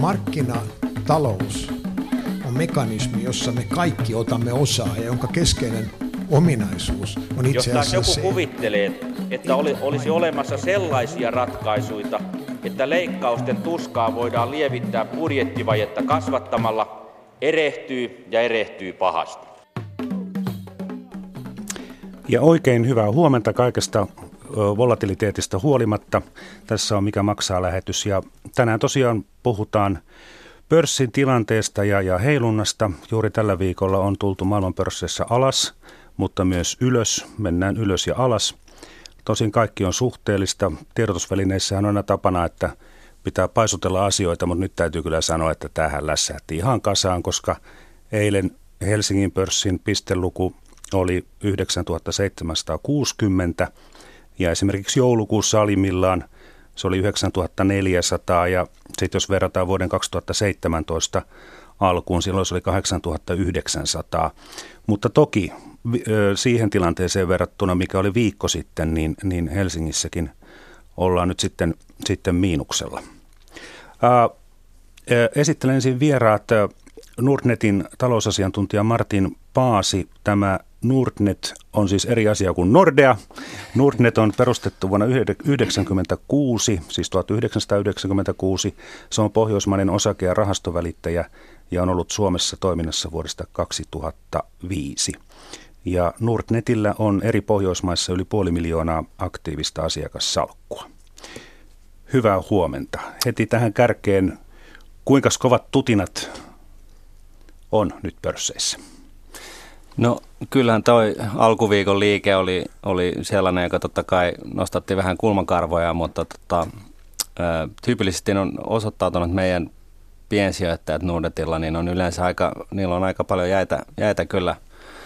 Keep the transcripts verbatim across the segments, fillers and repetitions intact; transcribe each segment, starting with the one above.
markkinatalous on mekanismi, jossa me kaikki otamme osaa ja jonka keskeinen ominaisuus on itse asiassa Jos se. joku kuvittelee, että oli, olisi olemassa sellaisia ratkaisuja, että leikkausten tuskaa voidaan lievittää budjettivajetta kasvattamalla, erehtyy ja erehtyy pahasti. Ja oikein hyvää huomenta kaikesta volatiliteetista huolimatta. Tässä on Mikä maksaa -lähetys ja tänään tosiaan puhutaan pörssin tilanteesta ja, ja heilunnasta. Juuri tällä viikolla on tultu maailmanpörssissä alas, mutta myös ylös. Mennään ylös ja alas. Tosin kaikki on suhteellista. Tiedotusvälineissähän on aina tapana, että pitää paisutella asioita, mutta nyt täytyy kyllä sanoa, että tämähän lässähti ihan kasaan, koska eilen Helsingin pörssin pisteluku oli yhdeksäntuhattaseitsemänsataakuusikymmentä ja esimerkiksi joulukuussa alimmillaan se oli yhdeksäntuhattaneljäsataa ja sitten jos verrataan vuoden kaksituhattaseitsemäntoista alkuun, silloin se oli kahdeksantuhattayhdeksänsataa. Mutta toki siihen tilanteeseen verrattuna, mikä oli viikko sitten, niin, niin Helsingissäkin ollaan nyt sitten, sitten miinuksella. Ää, esittelen ensin vieraat. Nordnetin talousasiantuntija Martin Paasi. Tämä Nordnet on siis eri asia kuin Nordea. Nordnet on perustettu vuonna yhdeksänkymmentäkuusi, siis tuhatyhdeksänsataayhdeksänkymmentäkuusi. Se on pohjoismainen osake- ja rahastovälittäjä ja on ollut Suomessa toiminnassa vuodesta kaksituhattaviisi. Ja Nordnetillä on eri Pohjoismaissa yli puoli miljoonaa aktiivista asiakassalkkua. Hyvää huomenta. Heti tähän kärkeen, kuinka kovat tutinat on nyt pörsseissä? No kyllähän toi alkuviikon liike oli, oli sellainen, joka totta kai nostatti vähän kulmakarvoja, mutta tota, ä, tyypillisesti on osoittautunut meidän piensijoittajat Nordnetilla, niin on yleensä aika, niillä on aika paljon jäitä, jäitä kyllä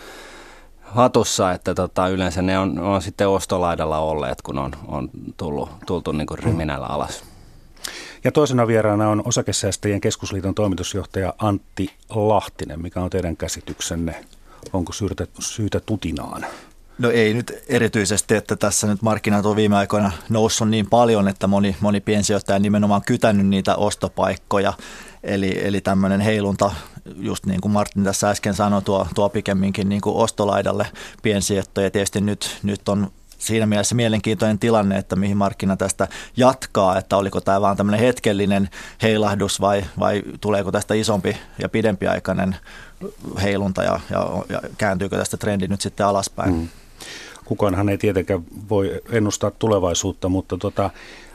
hatussa, että tota, yleensä ne on, on sitten ostolaidalla olleet, kun on, on tullut, tultu niin kuin ryminällä alas. Ja toisena vieraana on Osakesäästäjien keskusliiton toimitusjohtaja Antti Lahtinen. Mikä on teidän käsityksenne? Onko syytä, syytä tutinaan? No ei nyt erityisesti, että tässä nyt markkinat on viime aikoina noussut niin paljon, että moni, moni piensijoittaja on nimenomaan kytänyt niitä ostopaikkoja. Eli, eli tämmöinen heilunta, just niin kuin Martin tässä äsken sanoi, tuo, tuo pikemminkin niin kuin ostolaidalle piensijoittajia. Tietysti nyt, nyt on siinä mielessä mielenkiintoinen tilanne, että mihin markkina tästä jatkaa, että oliko tämä vaan tämmöinen hetkellinen heilahdus vai, vai tuleeko tästä isompi ja pidempiaikainen heilunta ja, ja, ja kääntyykö tästä trendi nyt sitten alaspäin. Mm. Kukaanhan ei tietenkään voi ennustaa tulevaisuutta, mutta tota,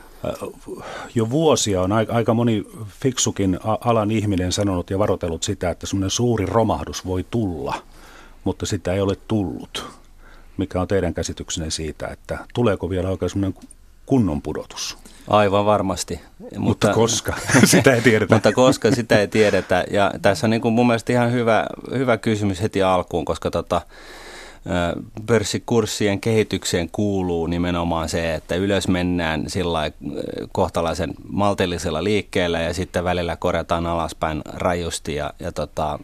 jo vuosia on aika moni fiksukin alan ihminen sanonut ja varoitellut sitä, että semmoinen suuri romahdus voi tulla, mutta sitä ei ole tullut. Mikä on teidän käsityksenne siitä, että tuleeko vielä oikein semmoinen kunnon pudotus? Aivan varmasti. Mutta, mutta koska? Sitä ei tiedetä. Mutta koska sitä ei tiedetä. Ja tässä on niin kuin mun mielestä ihan hyvä, hyvä kysymys heti alkuun, koska tota, pörssikurssien kehitykseen kuuluu nimenomaan se, että ylös mennään sillä kohtalaisen maltillisella liikkeellä ja sitten välillä korjataan alaspäin rajusti ja, ja tota,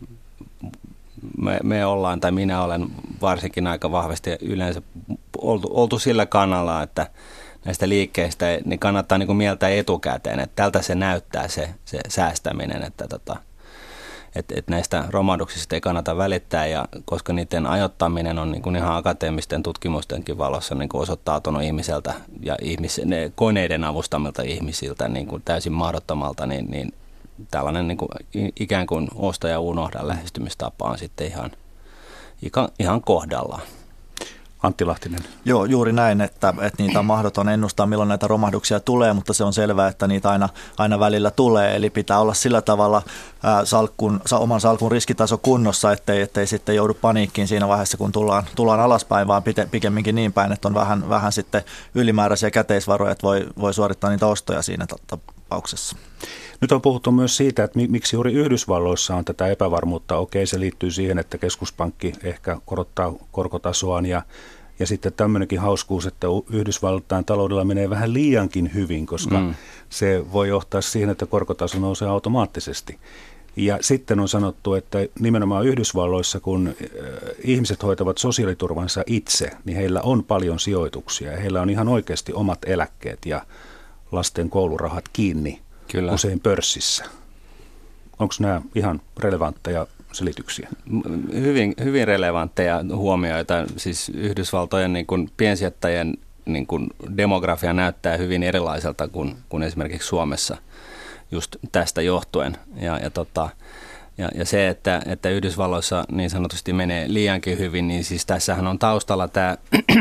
Me, me ollaan, tai minä olen varsinkin aika vahvasti yleensä oltu, oltu sillä kannalla, että näistä liikkeistä niin kannattaa niin kuin mieltää etukäteen, että tältä se näyttää se, se säästäminen, että tota, et, et näistä romahduksista ei kannata välittää, ja koska niiden ajoittaminen on niin kuin ihan akateemisten tutkimustenkin valossa niin kuin osoittautunut ihmiseltä ja ihmis, ne, koneiden avustamilta ihmisiltä niin kuin täysin mahdottomalta, niin, niin tällainen niin kuin ikään kuin osta ja unohda lähestymistapa on sitten ihan, ihan kohdallaan. Antti Lahtinen. Joo, juuri näin, että, että niitä on mahdoton ennustaa, milloin näitä romahduksia tulee, mutta se on selvää, että niitä aina, aina välillä tulee. Eli pitää olla sillä tavalla ää, salkkun, oman salkun riskitaso kunnossa, ettei, ettei sitten joudu paniikkiin siinä vaiheessa, kun tullaan, tullaan alaspäin, vaan pite, pikemminkin niin päin, että on vähän, vähän sitten ylimääräisiä käteisvaroja, että voi, voi suorittaa niitä ostoja siinä tapauksessa. Nyt on puhuttu myös siitä, että miksi juuri Yhdysvalloissa on tätä epävarmuutta. Okei, se liittyy siihen, että keskuspankki ehkä korottaa korkotasoaan ja, ja sitten tämmöinenkin hauskuus, että Yhdysvaltain taloudella menee vähän liiankin hyvin, koska mm. se voi johtaa siihen, että korkotaso nousee automaattisesti. Ja sitten on sanottu, että nimenomaan Yhdysvalloissa, kun ihmiset hoitavat sosiaaliturvansa itse, niin heillä on paljon sijoituksia ja heillä on ihan oikeasti omat eläkkeet ja lasten koulurahat kiinni Kyllä. Usein pörssissä. Onko nämä ihan relevantteja selityksiä? Hyvin, hyvin relevantteja huomioita. Siis Yhdysvaltojen niin kuin piensijoittajien niin kuin demografia näyttää hyvin erilaiselta kuin, kuin esimerkiksi Suomessa just tästä johtuen. Ja, ja, tota, ja, ja se, että, että Yhdysvalloissa niin sanotusti menee liiankin hyvin, niin siis tässähän on taustalla tämä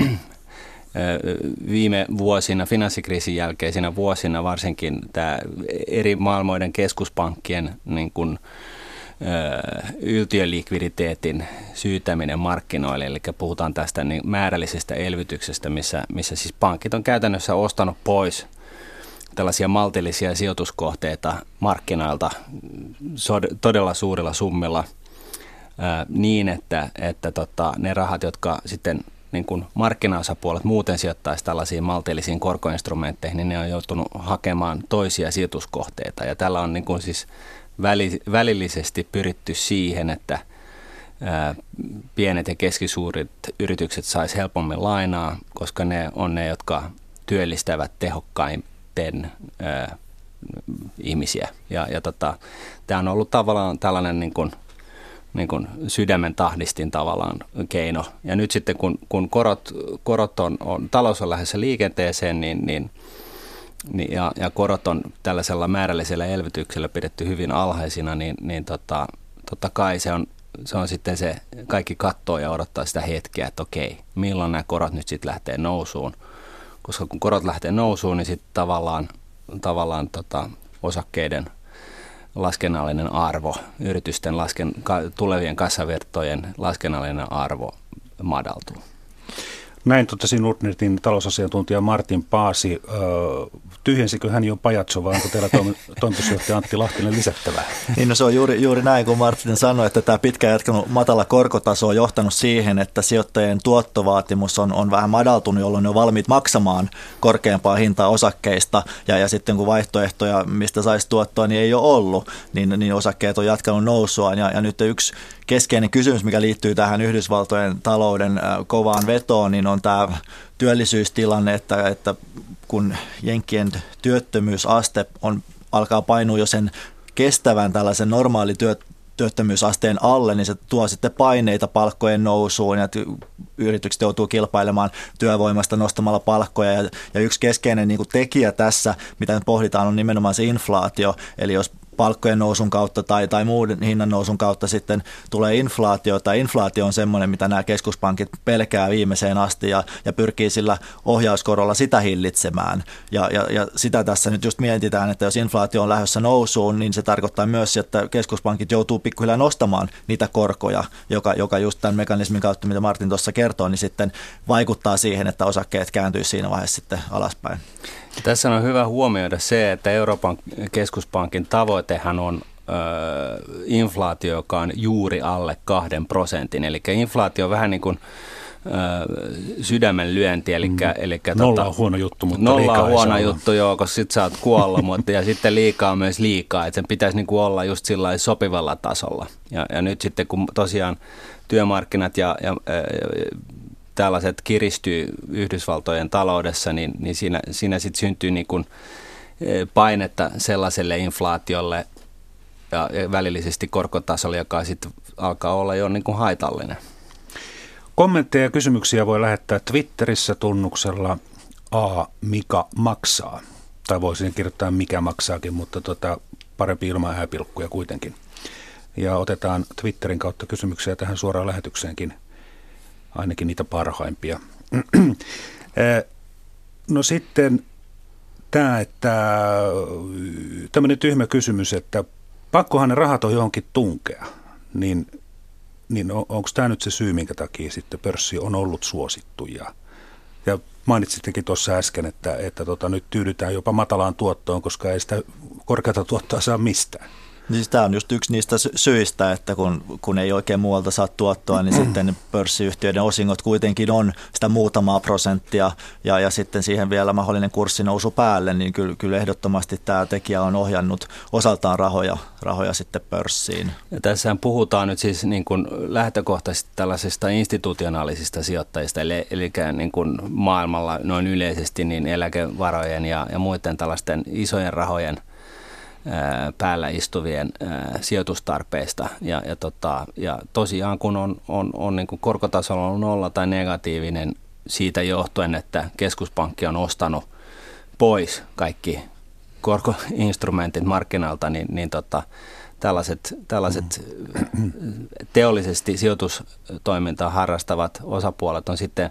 viime vuosina, finanssikriisin jälkeisinä vuosina varsinkin tämä eri maailmoiden keskuspankkien niin kuin, yltiölikviditeetin syytäminen markkinoille, eli puhutaan tästä niin määrällisestä elvytyksestä, missä, missä siis pankit on käytännössä ostanut pois tällaisia maltillisia sijoituskohteita markkinoilta todella suurilla summilla ää, niin, että, että tota, ne rahat, jotka sitten niin kuin markkinaosapuolet muuten sijoittaisi tällaisiin maltillisiin korkoinstrumentteihin, niin ne on joutunut hakemaan toisia sijoituskohteita. Ja tällä on niin kuin siis väli, välillisesti pyritty siihen, että ää, pienet ja keskisuurit yritykset sais helpommin lainaa, koska ne on ne, jotka työllistävät tehokkaimmin ää, ihmisiä. Ja, ja tota, tämä on ollut tavallaan tällainen niin kuin niin kuin sydämen tahdistin tavallaan keino. Ja nyt sitten kun, kun korot, korot on, on, talous on lähdössä liikenteeseen, niin, niin, niin, ja, ja korot on tällaisella määrällisellä elvytyksellä pidetty hyvin alhaisina, niin, niin tota, totta kai se on, se on sitten se, kaikki katsoo ja odottaa sitä hetkeä, että okei, milloin nämä korot nyt sitten lähtee nousuun. Koska kun korot lähtee nousuun, niin sitten tavallaan, tavallaan tota, osakkeiden laskennallinen arvo, yritysten lasken, tulevien kassavirtojen laskennallinen arvo madaltuu. Näin totesi Nordnetin talousasiantuntija Martin Paasi. Tyhjensikö hän jo pajatso, vai onko teillä toimitusjohtaja Antti Lahtinen lisättävää? Niin, no se on juuri, juuri näin, kun Martin sanoi, että tämä pitkään jatkanut matala korkotaso on johtanut siihen, että sijoittajien tuottovaatimus on, on vähän madaltunut, jolloin ne on valmiit maksamaan korkeampaa hintaa osakkeista, ja, ja sitten kun vaihtoehtoja, mistä saisi tuottoa, niin ei ole ollut, niin, niin osakkeet on jatkanut nousuaan, ja, ja nyt yksi keskeinen kysymys, mikä liittyy tähän Yhdysvaltojen talouden kovaan vetoon, niin on tämä työllisyystilanne, että, että kun jenkkien työttömyysaste on, alkaa painua jo sen kestävän tällaisen normaali työ, työttömyysasteen alle, niin se tuo sitten paineita palkkojen nousuun ja ty- yritykset joutuu kilpailemaan työvoimasta nostamalla palkkoja. Ja, ja yksi keskeinen niin kuin tekijä tässä, mitä nyt pohditaan, on nimenomaan se inflaatio, eli jos palkkojen nousun kautta tai, tai muun hinnan nousun kautta sitten tulee inflaatio, tai inflaatio on semmoinen, mitä nämä keskuspankit pelkää viimeiseen asti ja, ja pyrkii sillä ohjauskorolla sitä hillitsemään. Ja, ja, ja sitä tässä nyt just mietitään, että jos inflaatio on lähdössä nousuun, niin se tarkoittaa myös, että keskuspankit joutuu pikkuhiljaa nostamaan niitä korkoja, joka, joka just tämän mekanismin kautta, mitä Martin tuossa kertoo, niin sitten vaikuttaa siihen, että osakkeet kääntyy siinä vaiheessa sitten alaspäin. Tässä on hyvä huomioida se, että Euroopan keskuspankin tavoitehan on ö, inflaatio, joka on juuri alle kahden prosentin. Eli inflaatio on vähän niin kuin ö, sydämen lyönti. Eli, mm. eli, nolla tota, on huono juttu, mutta nolla liikaa on huono juttu, joo, koska sit sä oot kuolla, mutta ja sitten liikaa on myös liikaa. Että sen pitäisi niin kuin olla just sillä sopivalla tasolla. Ja, ja nyt sitten kun tosiaan työmarkkinat ja, ja, ja tällaiset kiristyy Yhdysvaltojen taloudessa, niin, niin siinä, siinä sitten syntyy niin kuin painetta sellaiselle inflaatiolle ja välillisesti korkotasolle, joka sitten alkaa olla jo niin kuin haitallinen. Kommentteja ja kysymyksiä voi lähettää Twitterissä tunnuksella A, Mika maksaa. Tai voisin kirjoittaa mikä maksaakin, mutta tota, parempi ilman hääpilkkuja kuitenkin. Ja otetaan Twitterin kautta kysymyksiä tähän suoraan lähetykseenkin. Ainakin niitä parhaimpia. No sitten tämä, että tämmöinen tyhmä kysymys, että pakkohan ne rahat on johonkin tunkea, niin, niin on, onko tämä nyt se syy, minkä takia sitten pörssi on ollut suosittu? Ja, ja mainitsittekin tuossa äsken, että, että tota, nyt tyydytään jopa matalaan tuottoon, koska ei sitä korkeata tuottoa saa mistään. Siis tämä on just yksi niistä syistä, että kun, kun ei oikein muualta saa tuottoa, niin sitten pörssiyhtiöiden osingot kuitenkin on sitä muutamaa prosenttia ja, ja sitten siihen vielä mahdollinen kurssinousu päälle, niin kyllä, kyllä ehdottomasti tämä tekijä on ohjannut osaltaan rahoja, rahoja sitten pörssiin. Ja tässähän puhutaan nyt siis niin kuin lähtökohtaisesti tällaisista institutionaalisista sijoittajista, eli, eli niin kuin maailmalla noin yleisesti niin eläkevarojen ja, ja muiden tällaisten isojen rahojen päällä istuvien sijoitustarpeista. Ja, ja, tota, ja tosiaan kun on, on, on niin kuin korkotasolla on nolla tai negatiivinen siitä johtuen, että keskuspankki on ostanut pois kaikki korkoinstrumentit markkinalta, niin, niin tota, tällaiset, tällaiset teollisesti sijoitustoimintaa harrastavat osapuolet on sitten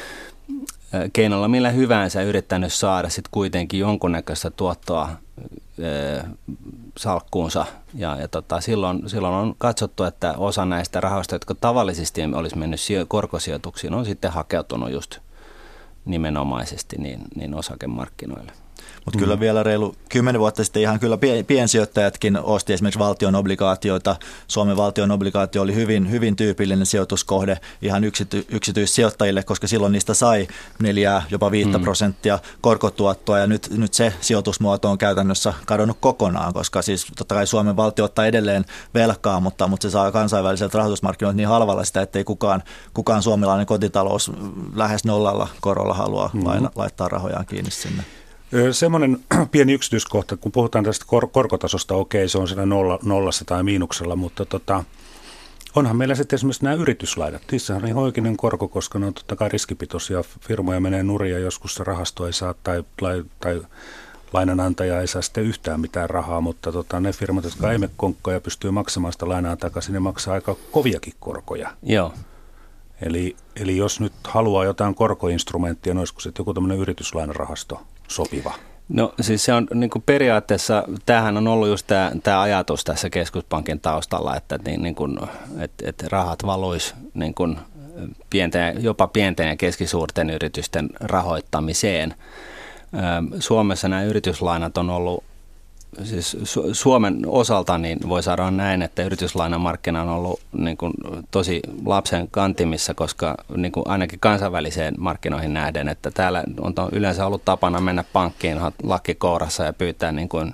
keinolla millä hyvänsä yrittänyt saada sitten kuitenkin jonkunnäköistä tuottoa e, salkkuunsa. Ja, ja tota, silloin, silloin on katsottu, että osa näistä rahoista, jotka tavallisesti olisi mennyt sijo- korkosijoituksiin, on sitten hakeutunut just nimenomaisesti niin, niin osakemarkkinoille. Mutta kyllä vielä reilu kymmenen vuotta sitten ihan kyllä piensijoittajatkin osti esimerkiksi valtion obligaatioita. Suomen valtion obligaatio oli hyvin, hyvin tyypillinen sijoituskohde ihan yksity, yksityissijoittajille, koska silloin niistä sai neljää, jopa viittä mm. prosenttia korkotuottoa. Ja nyt, nyt se sijoitusmuoto on käytännössä kadonnut kokonaan, koska siis totta kai Suomen valtio ottaa edelleen velkaa, mutta, mutta se saa kansainväliseltä rahoitusmarkkinoilta niin halvalla sitä, ettei kukaan, kukaan suomalainen kotitalous lähes nollalla korolla halua mm. laina, laittaa rahojaan kiinni sinne. Semmoinen pieni yksityiskohta, kun puhutaan tästä kor- korkotasosta, okei, se on siinä nolla, nollassa tai miinuksella, mutta tota, onhan meillä sitten esimerkiksi nämä yrityslainat. Niissähän on ihan oikeinen korko, koska ne on totta kai riskipitoisia. Firmoja menee nurin ja joskus se rahasto ei saa tai, tai, tai lainanantaja ei saa sitten yhtään mitään rahaa, mutta tota, ne firmat, jotka ei mene konkkaan ja pystyy maksamaan sitä lainaa takaisin, ne maksaa aika koviakin korkoja. Joo. Eli, eli jos nyt haluaa jotain korkoinstrumenttia, niin olisiko sitten joku tämmöinen yrityslainarahasto sopiva? No siis se on niin kuin periaatteessa, tämähän on ollut just tämä, tämä ajatus tässä keskuspankin taustalla, että, niin, niin kuin, että, että rahat valuisi niin kuin pienten, jopa pienten ja keskisuurten yritysten rahoittamiseen. Suomessa nämä yrityslainat on ollut, siis Suomen osalta niin voi saada näin, että yrityslainamarkkina on ollut niin kuin tosi lapsen kantimissa, koska niin kuin ainakin kansainväliseen markkinoihin nähden, että täällä on yleensä ollut tapana mennä pankkiin lakki kourassa ja pyytää niin kuin,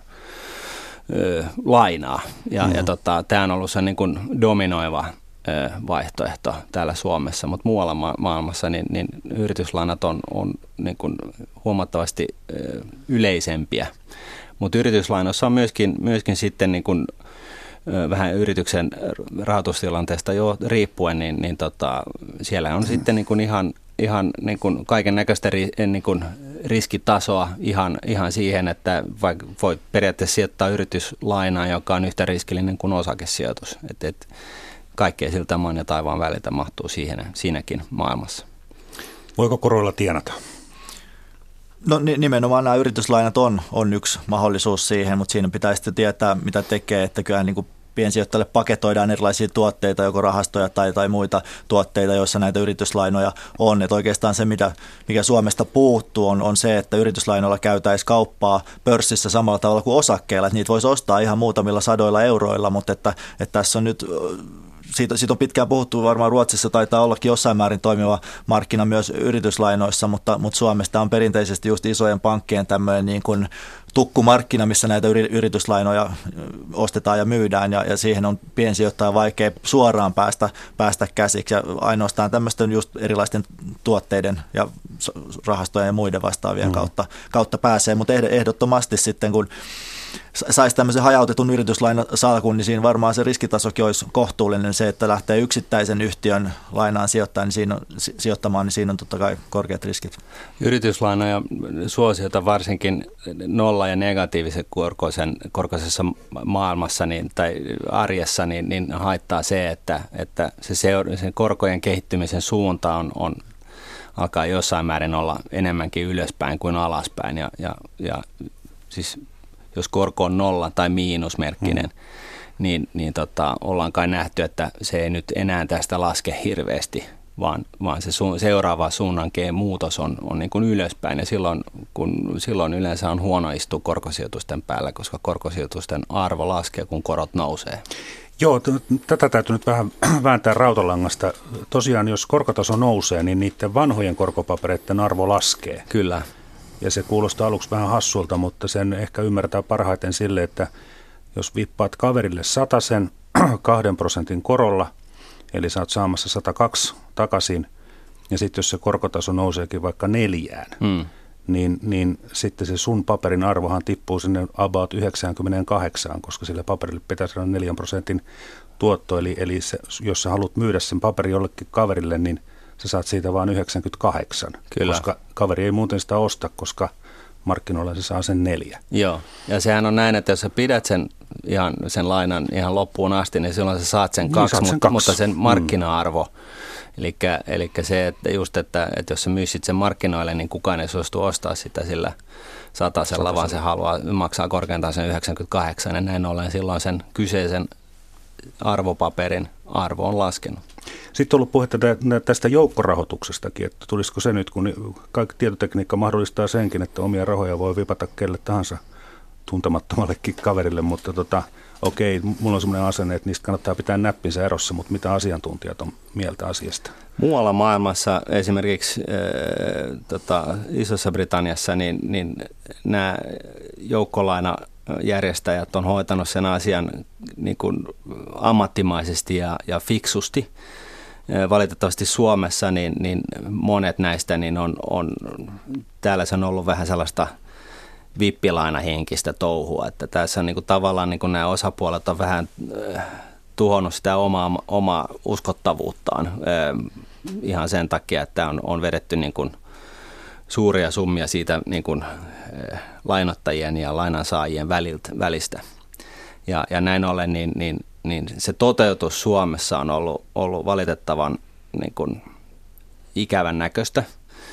ö, lainaa. Ja, mm. ja tota, tämä on ollut se niin kuin dominoiva ö, vaihtoehto täällä Suomessa, mutta muualla ma- maailmassa niin, niin yrityslainat on, on niin kuin huomattavasti ö, yleisempiä. Mutta yrityslainoissa on myöskin, myöskin sitten niin kun, ö, vähän yrityksen rahoitustilanteesta jo riippuen, niin, niin tota, siellä on sitten niin kun ihan, ihan niin kun kaiken näköistä ri, niin kun riskitasoa ihan, ihan siihen, että vaikka voi periaatteessa sijoittaa yrityslainaa, joka on yhtä riskillinen kuin osakesijoitus. Et, et kaikkea siltä maan ja taivaan väliltä mahtuu siihen, siinäkin maailmassa. Voiko koroilla tienata? No nimenomaan nämä yrityslainat on, on yksi mahdollisuus siihen, mutta siinä pitää sitten tietää, mitä tekee, että kyllähän niin kuin piensijoittajalle paketoidaan erilaisia tuotteita, joko rahastoja tai, tai muita tuotteita, joissa näitä yrityslainoja on. Että oikeastaan se, mitä, mikä Suomesta puuttuu, on, on se, että yrityslainoilla käytäisiin kauppaa pörssissä samalla tavalla kuin osakkeilla. Että niitä voisi ostaa ihan muutamilla sadoilla euroilla, mutta että, että tässä on nyt... Siitä, siitä on pitkään puhuttu, varmaan Ruotsissa taitaa ollakin jossain määrin toimiva markkina myös yrityslainoissa, mutta, mutta Suomesta on perinteisesti just isojen pankkien tämmöinen niin kuin tukkumarkkina, missä näitä yrityslainoja ostetaan ja myydään, ja, ja siihen on piensijoittaja vaikea suoraan päästä, päästä käsiksi, ja ainoastaan tämmöisten just erilaisten tuotteiden ja rahastojen ja muiden vastaavien mm. kautta, kautta pääsee, mutta ehdottomasti sitten kun saisi tämmöisen hajautetun yrityslainasalkun, niin siinä varmaan se riskitasokin olisi kohtuullinen. Se, että lähtee yksittäisen yhtiön lainaan sijoittamaan, niin siinä on, sijoittamaan, niin siinä on totta kai korkeat riskit. Yrityslainoja suosiota varsinkin nolla- ja negatiivisen korkoisen, korkoisessa maailmassa niin, tai arjessa niin, niin haittaa se, että, että se seura- sen korkojen kehittymisen suunta on, on alkaa jossain määrin olla enemmänkin ylöspäin kuin alaspäin. Ja, ja, ja siis jos korko on nolla tai miinusmerkkinen, hmm. niin, niin tota, ollaan kai nähty, että se ei nyt enää tästä laske hirveästi, vaan, vaan se su- seuraava suunnankeen muutos on, on niin kuin ylöspäin. Ja silloin, kun, silloin yleensä on huono istua korkosijoitusten päällä, koska korkosijoitusten arvo laskee, kun korot nousee. Joo, t- tätä täytyy nyt vähän vääntää rautalangasta. Tosiaan, jos korkotaso nousee, niin niiden vanhojen korkopapereiden arvo laskee. Kyllä. Ja se kuulostaa aluksi vähän hassulta, mutta sen ehkä ymmärtää parhaiten sille, että jos vippaat kaverille satasen kahden prosentin korolla, eli sä oot saamassa sata kaksi takaisin, ja sitten jos se korkotaso nouseekin vaikka neljään, mm. niin, niin sitten se sun paperin arvohan tippuu sinne about yhdeksänkymmentäkahdeksan, koska sille paperille pitäisi olla neljän prosentin tuotto. Eli, eli se, jos sä haluat myydä sen paperin jollekin kaverille, niin sä saat siitä vain yhdeksänkymmentäkahdeksan, Kyllä. koska kaveri ei muuten sitä osta, koska markkinoilla se saa sen neljä. Joo, ja sehän on näin, että jos sä pidät sen, ihan, sen lainan ihan loppuun asti, niin silloin sä saat sen, niin, kaksi, saat sen mutta, kaksi, mutta sen markkina-arvo. Mm. Eli se, että just, että, että jos sä myisit sen markkinoille, niin kukaan ei suostu ostaa sitä sillä satasella, vaan se haluaa maksaa korkeintaan sen yhdeksänkymmentäkahdeksan, ja näin ollen silloin sen kyseisen arvopaperin arvo on laskenut. Sitten on ollut puhetta tästä joukkorahoituksestakin, että tulisiko se nyt, kun kaikki tietotekniikka mahdollistaa senkin, että omia rahoja voi vipata kelle tahansa tuntemattomallekin kaverille, mutta tota, okei, mulla on semmoinen asenne, että niistä kannattaa pitää näppinsä erossa, mutta mitä asiantuntijat on mieltä asiasta? Muualla maailmassa, esimerkiksi äh, tota, Isossa Britanniassa, niin, niin nämä joukkolainajärjestäjät on hoitanut sen asian niin kuin ammattimaisesti ja, ja fiksusti. Valitettavasti Suomessa niin, niin monet näistä niin on, on, täällä se on ollut vähän sellaista vippilainahenkistä touhua, että tässä on niin kuin tavallaan niin kuin nämä osapuolet on vähän äh, tuhonnut sitä omaa, omaa uskottavuuttaan äh, ihan sen takia, että on, on vedetty niin kuin suuria summia siitä niin kuin, äh, lainottajien ja lainansaajien väliltä, välistä. Ja, ja näin ollen niin, niin, niin se toteutus Suomessa on ollut, ollut valitettavan niin kuin ikävän näköistä,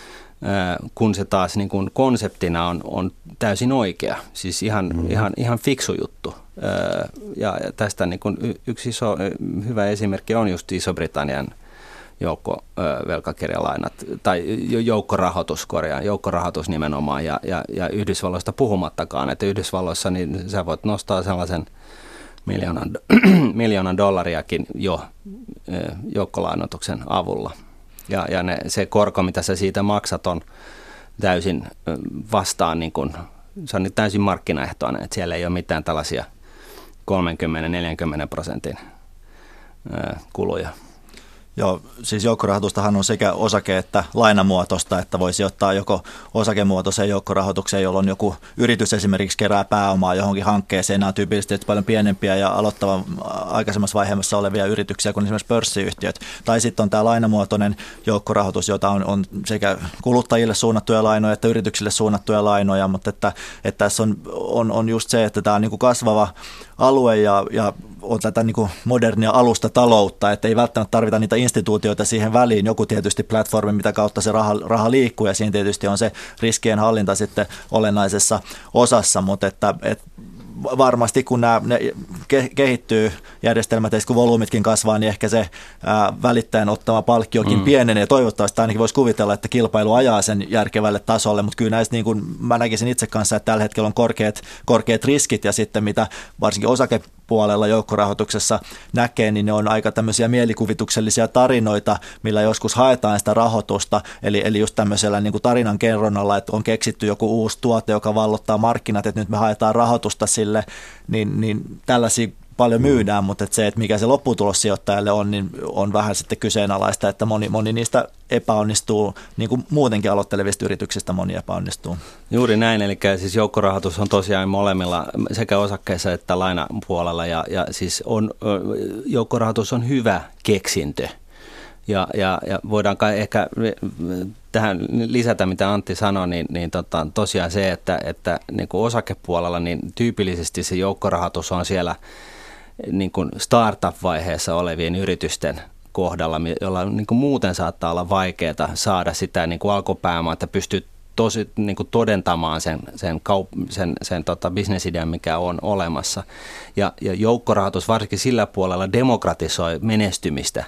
kun se taas niin kuin konseptina on, on täysin oikea, siis ihan, mm-hmm. ihan, ihan fiksu juttu. Ja tästä niin kuin yksi iso hyvä esimerkki on just Iso-Britannian joukkovelkakirjalainat tai joukkorahoitus, korjaan, joukkorahoitus nimenomaan ja, ja, ja Yhdysvalloista puhumattakaan, että Yhdysvalloissa niin sä voit nostaa sellaisen miljoonan, miljoonan dollariakin jo joukkolainoituksen avulla. Ja, ja ne, se korko, mitä sä siitä maksat, on täysin vastaan, niin kun, se on täysin markkinaehtoinen, että siellä ei ole mitään tällaisia kolmekymmentä neljäkymmentä prosentin kuluja. Joo, siis joukkorahoitustahan on sekä osake- että lainamuotoista, että voisi ottaa joko osakemuotoiseen joukkorahoitukseen, jolloin joku yritys esimerkiksi kerää pääomaa johonkin hankkeeseen. Nämä on tyypillisesti paljon pienempiä ja aloittavan aikaisemmassa vaiheessa olevia yrityksiä kuin esimerkiksi pörssiyhtiöt. Tai sitten on tämä lainamuotoinen joukkorahoitus, jota on, on sekä kuluttajille suunnattuja lainoja että yrityksille suunnattuja lainoja, mutta että, että tässä on, on, on just se, että tämä on niin kuin kasvava alue ja, ja on tätä niin kuin modernia alustataloutta, että ei välttämättä tarvita niitä instituutioita siihen väliin. Joku tietysti platformi, mitä kautta se raha, raha liikkuu, ja siinä tietysti on se riskien hallinta sitten olennaisessa osassa, mutta että, että varmasti kun nämä ne kehittyy järjestelmät, ja kun volyymitkin kasvaa, niin ehkä se ää, välittäjän ottama palkkiokin mm. pienenee, ja toivottavasti ainakin voisi kuvitella, että kilpailu ajaa sen järkevälle tasolle, mutta kyllä näistä niin kuin mä näkisin itse kanssa, että tällä hetkellä on korkeat, korkeat riskit, ja sitten mitä varsinkin osake puolella joukkorahoituksessa näkee, niin ne on aika tämmöisiä mielikuvituksellisia tarinoita, millä joskus haetaan sitä rahoitusta, eli, eli just tämmöisellä niin kuin tarinan kerronnalla, että on keksitty joku uusi tuote, joka vallottaa markkinat, että nyt me haetaan rahoitusta sille, niin, niin tällaisia paljon myydään, mutta että se, että mikä se lopputulos sijoittajalle on, niin on vähän sitten kyseenalaista, että moni, moni niistä epäonnistuu, niin kuin muutenkin aloittelevista yrityksistä moni epäonnistuu. Juuri näin, eli siis joukkorahoitus on tosiaan molemmilla sekä osakkeissa että lainapuolella, ja, ja siis on, joukkorahoitus on hyvä keksintö. Ja, ja, ja voidaan ehkä tähän lisätä, mitä Antti sanoi, niin, niin tota, tosiaan se, että, että niin kuin osakepuolella niin tyypillisesti se joukkorahoitus on siellä niin kuin startup-vaiheessa olevien yritysten kohdalla, jolla niin kuin muuten saattaa olla vaikeaa saada sitä niin kuin alkupääomaa, että pystyy tosi niin kuin todentamaan sen, sen, kaup- sen, sen tota bisnesidean, mikä on olemassa. Ja, ja joukkorahoitus varsinkin sillä puolella demokratisoi menestymistä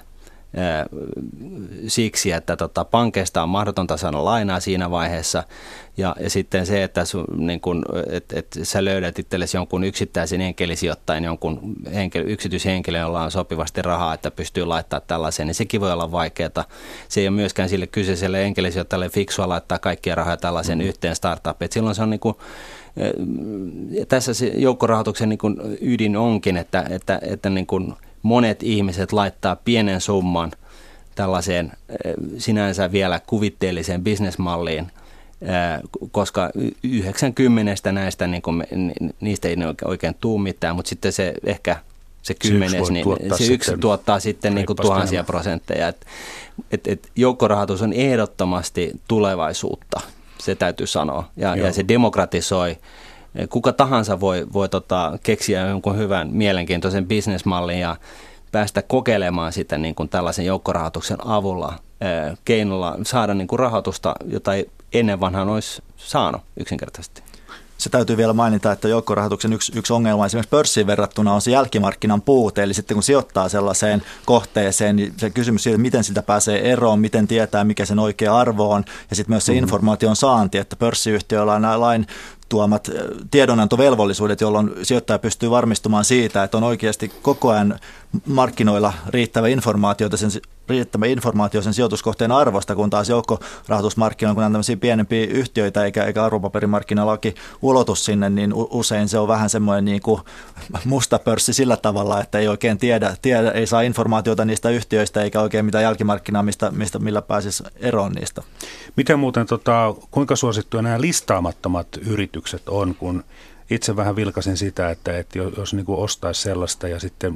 siksi, että tota, pankeista on mahdotonta saada lainaa siinä vaiheessa, ja, ja sitten se, että sun, niin kun, et, et sä löydät itsellesi jonkun yksittäisen enkelisijoittajan, jonkun henkilö, yksityishenkilön, jolla on sopivasti rahaa, että pystyy laittamaan tällaiseen, niin sekin voi olla vaikeaa. Se ei ole myöskään sille kyseiselle enkelisijoittajalle fiksua laittaa kaikkia rahoja tällaisen mm. yhteen startupiin. Silloin se on niin kuin, tässä se joukkorahoituksen niin kuin ydin onkin, että, että, että niin kuin monet ihmiset laittaa pienen summan tällaiseen sinänsä vielä kuvitteelliseen bisnesmalliin koska yhdeksänkymmentä näistä niin kuin, niistä ei oikein tule mitään, mutta sitten se ehkä se kymmenes, niin se yksi tuottaa sitten niin kuin tuhansia enemmän prosentteja. Et, et, et joukkorahoitus on ehdottomasti tulevaisuutta, se täytyy sanoa, ja, ja se demokratisoi. Kuka tahansa voi, voi tota, keksiä jonkun hyvän, mielenkiintoisen bisnesmallin ja päästä kokeilemaan sitä niin kuin tällaisen joukkorahoituksen avulla, ää, keinolla saada niin kuin rahoitusta, jota ei ennen vanhaan olisi saanut yksinkertaisesti. Se täytyy vielä mainita, että joukkorahoituksen yksi, yksi ongelma esimerkiksi pörssiin verrattuna on se jälkimarkkinan puute. Eli sitten kun sijoittaa sellaiseen kohteeseen, niin se kysymys siitä, miten sitä pääsee eroon, miten tietää, mikä sen oikea arvo on. Ja sitten myös se mm-hmm. informaation saanti, että pörssiyhtiöillä on nämä lain tuomat tiedonantovelvollisuudet, jolloin sijoittaja pystyy varmistumaan siitä, että on oikeasti koko ajan markkinoilla riittävä informaatio sen, riittävä informaatio sen sijoituskohteen arvosta, kun taas joukkorahoitusmarkkinoilla, kun on tämmöisiä pienempiä yhtiöitä eikä, eikä arvopaperimarkkinalaki ulotu sinne, niin usein se on vähän semmoinen niin kuin musta pörssi sillä tavalla, että ei oikein tiedä, tiedä, ei saa informaatiota niistä yhtiöistä eikä oikein mitään jälkimarkkinaa, mistä, mistä, millä pääsisi eroon niistä. Miten muuten, tota, kuinka suosittuja nämä listaamattomat yritykset on, kun itse vähän vilkasin sitä, että, että jos niin kuin ostaisi sellaista ja sitten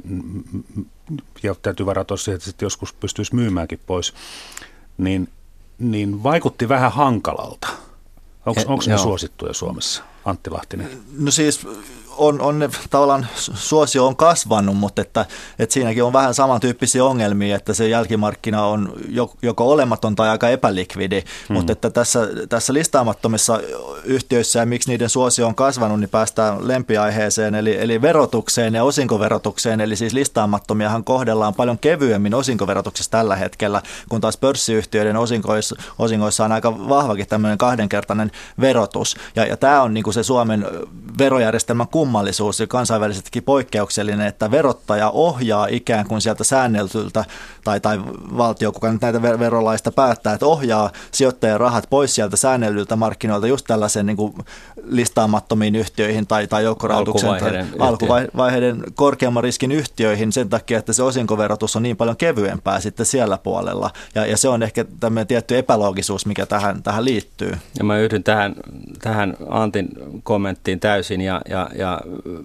ja täytyy varata siihen, että sitten joskus pystyisi myymääkin pois, niin, niin vaikutti vähän hankalalta. Onko, onko ne suosittuja Suomessa, Antti Lahtinen? No siis on, on ne, tavallaan suosio on kasvanut, mutta että, että siinäkin on vähän samantyyppisiä ongelmia, että se jälkimarkkina on joko olematon tai aika epälikvidi, mm. mutta että tässä, tässä listaamattomissa yhtiöissä ja miksi niiden suosio on kasvanut, niin päästään lempiaiheeseen, eli, eli verotukseen ja osinkoverotukseen, eli siis listaamattomiahan kohdellaan paljon kevyemmin osinkoverotuksessa tällä hetkellä, kun taas pörssiyhtiöiden osinkoissa, osingoissa on aika vahvakin tämmöinen kahdenkertainen verotus, ja, ja tämä on niin kuin se Suomen verojärjestelmän kummallisuus ja kansainvälisestikin poikkeuksellinen, että verottaja ohjaa ikään kuin sieltä säänneltyltä tai, tai valtio, kuka nyt näitä verolaista päättää, että ohjaa sijoittajan rahat pois sieltä säännellyltä markkinoilta just tällaisen niin kuin listaamattomiin yhtiöihin tai, tai joukkorahoituksen alkuvaiheiden, alkuvaiheiden korkeamman riskin yhtiöihin sen takia, että se osinkoverotus on niin paljon kevyempää sitten siellä puolella. Ja, ja se on ehkä tämmöinen tietty epäloogisuus, mikä tähän, tähän liittyy. Ja mä yhdyn tähän, tähän Antin kommenttiin täysin ja, ja, ja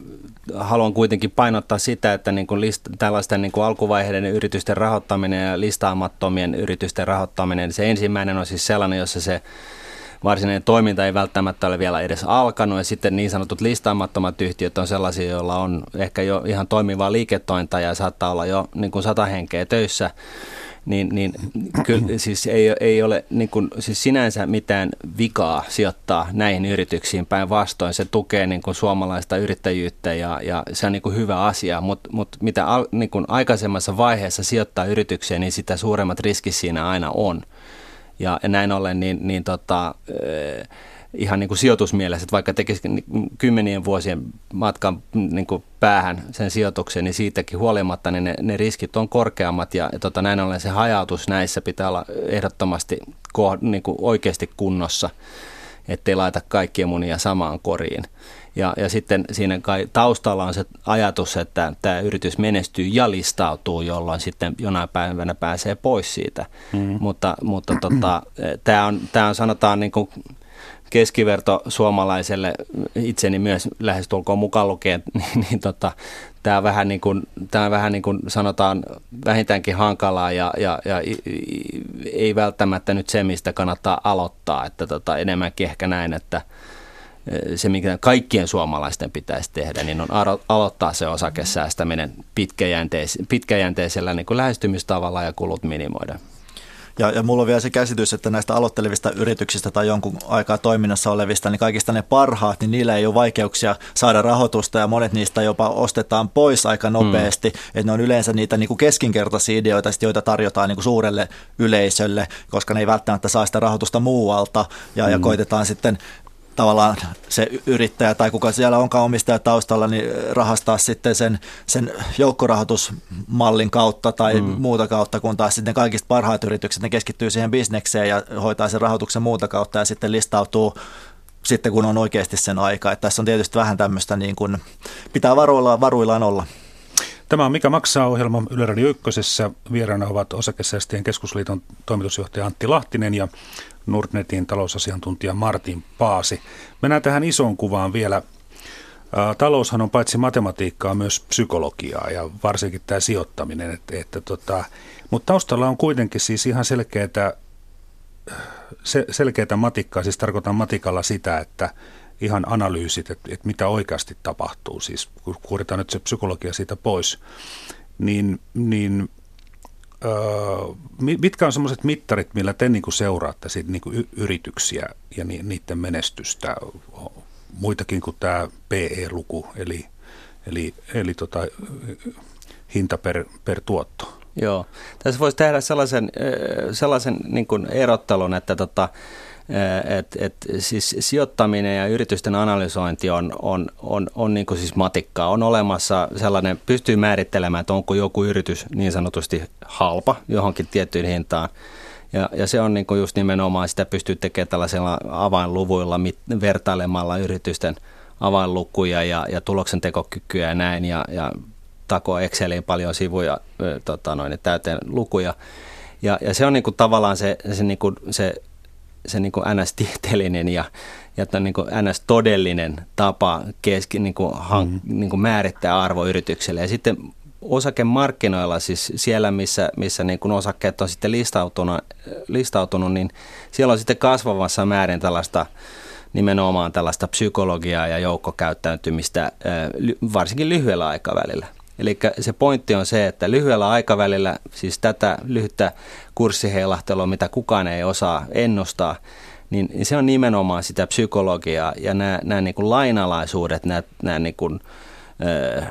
haluan kuitenkin painottaa sitä, että niin kuin list, tällaisten niin kuin alkuvaiheiden yritysten rahoittaminen ja listaamattomien yritysten rahoittaminen, se ensimmäinen on siis sellainen, jossa se varsinainen toiminta ei välttämättä ole vielä edes alkanut, ja sitten niin sanotut listaamattomat yhtiöt on sellaisia, joilla on ehkä jo ihan toimivaa liiketointa ja saattaa olla jo niin kuin sata henkeä töissä, niin, niin kyllä siis ei, ei ole niin kuin, siis sinänsä mitään vikaa sijoittaa näihin yrityksiin, päinvastoin se tukee niin kuin suomalaista yrittäjyyttä ja, ja se on niin kuin hyvä asia, mutta mut mitä al, niin kuin aikaisemmassa vaiheessa sijoittaa yritykseen, niin sitä suuremmat riskit siinä aina on. Ja näin ollen niin, niin tota, eh, ihan niin kuin sijoitusmielessä, että vaikka tekisi kymmenien vuosien matkan niin kuin päähän sen sijoituksen, niin siitäkin huolimatta niin ne, ne riskit on korkeammat ja, ja tota, näin ollen se hajautus näissä pitää olla ehdottomasti ko, niin kuin oikeasti kunnossa, ettei laita kaikkia munia samaan koriin. Ja, ja sitten siinä kai taustalla on se ajatus, että tämä yritys menestyy ja listautuu, jolloin sitten jonain päivänä pääsee pois siitä. Mm. Mutta, mutta tota, tämä on, tämä on sanotaan niin kuin keskiverto suomalaiselle, itseni myös lähestulkoon mukaan lukien, niin, niin tota, tämä on vähän niin kuin, tämä on vähän niin kuin sanotaan vähintäänkin hankalaa ja, ja, ja ei välttämättä nyt se, mistä kannattaa aloittaa, että tota, enemmänkin ehkä näin, että se, mikä kaikkien suomalaisten pitäisi tehdä, niin on aloittaa se osakesäästäminen pitkäjänteis- pitkäjänteisellä niin kuin lähestymistavalla ja kulut minimoida. Ja, ja mulla on vielä se käsitys, että näistä aloittelevista yrityksistä tai jonkun aikaa toiminnassa olevista, niin kaikista ne parhaat, niin niillä ei ole vaikeuksia saada rahoitusta ja monet niistä jopa ostetaan pois aika nopeasti. Mm. Että ne on yleensä niitä niin kuin keskinkertaisia ideoita, joita tarjotaan niin kuin suurelle yleisölle, koska ne ei välttämättä saa sitä rahoitusta muualta ja, mm. ja koitetaan sitten tavallaan se yrittäjä tai kuka siellä onkaan omistaja taustalla, niin rahastaa sitten sen, sen joukkorahoitusmallin kautta tai mm. muuta kautta, kun taas sitten kaikista parhaat yritykset, ne keskittyy siihen bisnekseen ja hoitaa sen rahoituksen muuta kautta ja sitten listautuu sitten, kun on oikeasti sen aika. Että tässä on tietysti vähän tämmöistä, niin kuin, pitää varuillaan, varuillaan olla. Tämä on Mikä maksaa -ohjelma Yle Radio Ykkösessä. Vieraana ovat Osakesäästäjien keskusliiton toimitusjohtaja Antti Lahtinen ja Nordnetin talousasiantuntija Martin Paasi. Mennään tähän isoon kuvaan vielä. Taloushan on paitsi matematiikkaa myös psykologiaa ja varsinkin tämä sijoittaminen. Että, että tota, mutta taustalla on kuitenkin siis ihan selkeää, selkeää matikkaa, siis tarkoitan matikalla sitä, että ihan analyysit, että, että mitä oikeasti tapahtuu, siis kun kuoritaan nyt se psykologia siitä pois, niin, niin öö, mitkä on sellaiset mittarit, millä te niin kuin seuraatte siitä, niin kuin yrityksiä ja ni, niiden menestystä, muitakin kuin tämä P E-luku, eli, eli, eli tota, hinta per, per tuotto? Joo, tässä voisi tehdä sellaisen, sellaisen niin kuin erottelun, että tota, Et, et, siis sijoittaminen ja yritysten analysointi on, on, on, on niin kuin siis matikkaa. On olemassa sellainen, pystyy määrittelemään, että onko joku yritys niin sanotusti halpa johonkin tiettyyn hintaan. Ja, ja se on niin kuin just nimenomaan, sitä pystyy tekemään tällaisilla avainluvuilla, mit, vertailemalla yritysten avainlukuja ja, ja tuloksentekokykyä ja näin. Ja, ja takoo Exceliin paljon sivuja, tota noin, täyteen lukuja. Ja, ja se on niin kuin tavallaan se, se, niin kuin se se niin kuin N S-tieteellinen ja, ja niin kuin N S-todellinen tapa keski, niin kuin hank, mm-hmm. niin kuin määrittää arvo yritykselle. Ja sitten osakemarkkinoilla, siis siellä, missä, missä niin kuin osakkeet on sitten listautunut, listautunut, niin siellä on sitten kasvavassa määrin tällaista nimenomaan tällaista psykologiaa ja joukkokäyttäytymistä, varsinkin lyhyellä aikavälillä. Eli se pointti on se, että lyhyellä aikavälillä, siis tätä lyhyttä kurssiheilahtelua, mitä kukaan ei osaa ennustaa, niin se on nimenomaan sitä psykologiaa ja nämä, nämä niin kuin lainalaisuudet, nämä, nämä niin kuin, äh,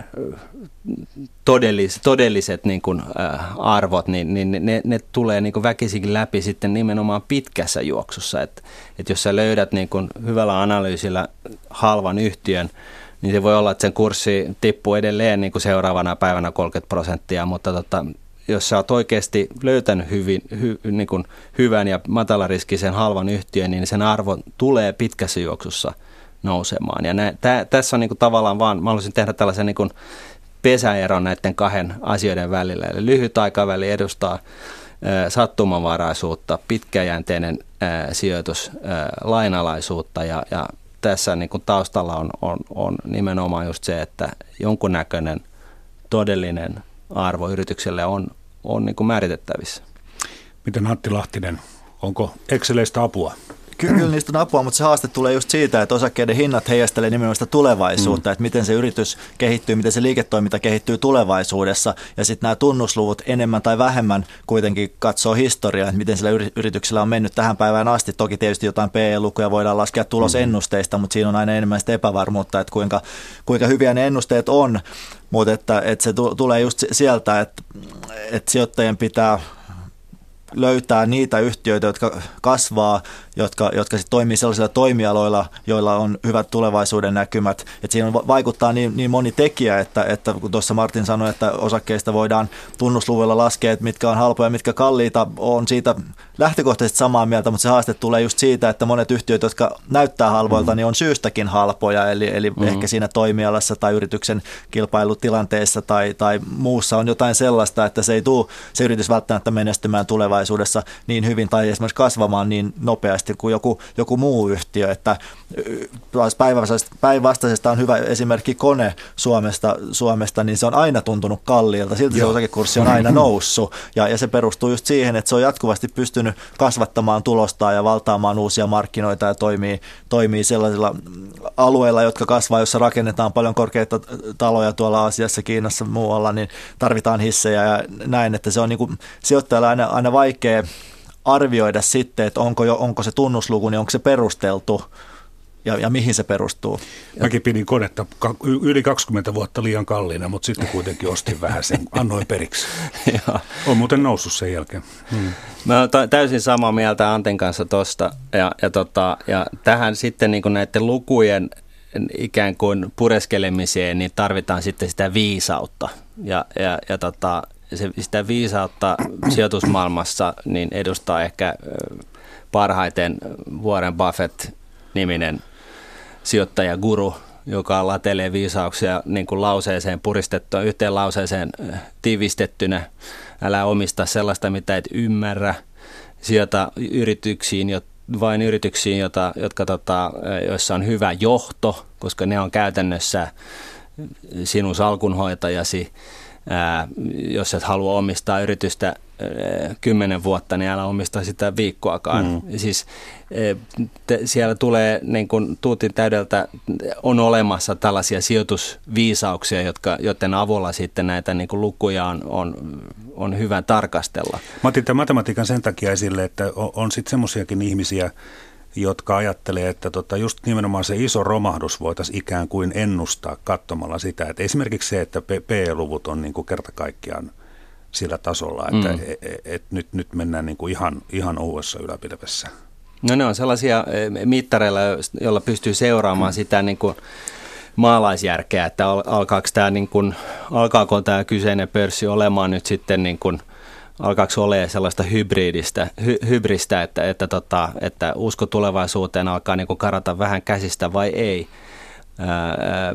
todellis, todelliset niin kuin, äh, arvot, niin, niin ne, ne tulee niin kuin väkisinkin läpi sitten nimenomaan pitkässä juoksussa. Et, et jos sä löydät niin kuin hyvällä analyysillä halvan yhtiön, niin se voi olla, että sen kurssi tippuu edelleen niin kuin seuraavana päivänä kolmekymmentä prosenttia, mutta tota, jos sä oot oikeasti löytänyt hyvin, hy, niin kuin hyvän ja matalariskisen halvan yhtiön, niin sen arvo tulee pitkässä juoksussa nousemaan. Ja nä, tä, tässä on niin kuin tavallaan vaan, mä haluaisin tehdä tällaisen niin kuin pesäeron näiden kahden asioiden välillä. Eli lyhyt aikaväli edustaa ä, sattumanvaraisuutta, pitkäjänteinen ä, sijoitus, ä, lainalaisuutta ja, ja tässä niin kuin taustalla on, on, on nimenomaan just se, että jonkunnäköinen todellinen arvo yritykselle on, on niin kuin määritettävissä. Miten Antti Lahtinen, onko Exceleistä apua? Kyllä niistä on apua, mutta se haaste tulee just siitä, että osakkeiden hinnat heijastelee nimenomaan sitä tulevaisuutta, mm. että miten se yritys kehittyy, miten se liiketoiminta kehittyy tulevaisuudessa. Ja sitten nämä tunnusluvut enemmän tai vähemmän kuitenkin katsoo historiaa, että miten sillä yrityksellä on mennyt tähän päivään asti. Toki tietysti jotain P E-lukuja voidaan laskea tulosennusteista, mutta siinä on aina enemmän sitä epävarmuutta, että kuinka, kuinka hyviä ne ennusteet on. Mutta että, että se tulee just sieltä, että, että sijoittajien pitää löytää niitä yhtiöitä, jotka kasvaa, jotka, jotka sit toimii sellaisilla toimialoilla, joilla on hyvät tulevaisuuden näkymät. Et siinä vaikuttaa niin, niin moni tekijä, että, että kun tuossa Martin sanoi, että osakkeista voidaan tunnusluvuilla laskea, että mitkä on halpoja ja mitkä kalliita, on siitä lähtökohtaisesti samaa mieltä, mutta se haaste tulee just siitä, että monet yhtiöt, jotka näyttää halvoilta, niin on syystäkin halpoja, eli, eli mm-hmm. ehkä siinä toimialassa tai yrityksen kilpailutilanteessa tai, tai muussa on jotain sellaista, että se ei tule se yritys välttämättä menestymään tulevaisuudessa niin hyvin tai esimerkiksi kasvamaan niin nopeasti kuin joku, joku muu yhtiö, että päinvastaisesta on hyvä esimerkki Kone Suomesta, Suomesta, niin se on aina tuntunut kalliilta, silti se osakekurssi on aina noussut ja, ja se perustuu just siihen, että se on jatkuvasti pystynyt kasvattamaan tulostaan ja valtaamaan uusia markkinoita ja toimii, toimii sellaisilla alueilla, jotka kasvaa, jossa rakennetaan paljon korkeita taloja tuolla Aasiassa, Kiinassa, muualla, niin tarvitaan hissejä ja näin, että se on niin kuin sijoittajalle aina, aina vaikea arvioida sitten, että onko, jo, onko se tunnusluku, niin onko se perusteltu ja, ja mihin se perustuu. Mäkin pidin Konetta yli kaksikymmentä vuotta liian kalliina, mutta sitten kuitenkin ostin vähän sen, annoin periksi. On muuten noussut sen jälkeen. Hmm. Mä oon täysin samaa mieltä Antin kanssa tuosta ja, ja, tota, ja tähän sitten niin kuin näiden lukujen ikään kuin pureskelemiseen niin tarvitaan sitten sitä viisautta ja, ja, ja tota, se, sitä viisautta sijoitusmaailmassa niin edustaa ehkä parhaiten Warren Buffett-niminen sijoittajaguru, joka latelee viisauksia niin kuin lauseeseen puristettua, yhteen lauseeseen tiivistettynä. Älä omista sellaista, mitä et ymmärrä. Sijoita yrityksiin, vain yrityksiin, jota, jotka, tota, joissa on hyvä johto, koska ne on käytännössä sinun salkunhoitajasi. Ää, jos et halua omistaa yritystä kymmenen vuotta, niin älä omista sitä viikkoakaan. Mm. Siis te, siellä tulee niin kuin tuutin täydeltä, on olemassa tällaisia sijoitusviisauksia, jotka, joiden avulla sitten näitä niin kuin lukuja on, on, on hyvä tarkastella. Mä otin tämän matematiikan sen takia esille, että on, on sitten semmoisiakin ihmisiä, jotka ajattelee, että tota just nimenomaan se iso romahdus voitaisiin ikään kuin ennustaa katsomalla sitä, että esimerkiksi se, että P E-luvut on niin kuin kerta kaikkiaan sillä tasolla, että mm. et, et, et nyt, nyt mennään niin kuin ihan, ihan uudessa yläpilvessä. No ne on sellaisia mittareilla, joilla pystyy seuraamaan mm. sitä niin kuin maalaisjärkeä, että alkaako tämä, niin kuin, alkaako tämä kyseinen pörssi olemaan nyt sitten niin kuin, alkaako olemaan sellaista hybridistä, hy, hybristä, että, että, tota, että usko tulevaisuuteen alkaa niin kuin karata vähän käsistä vai ei. Ää,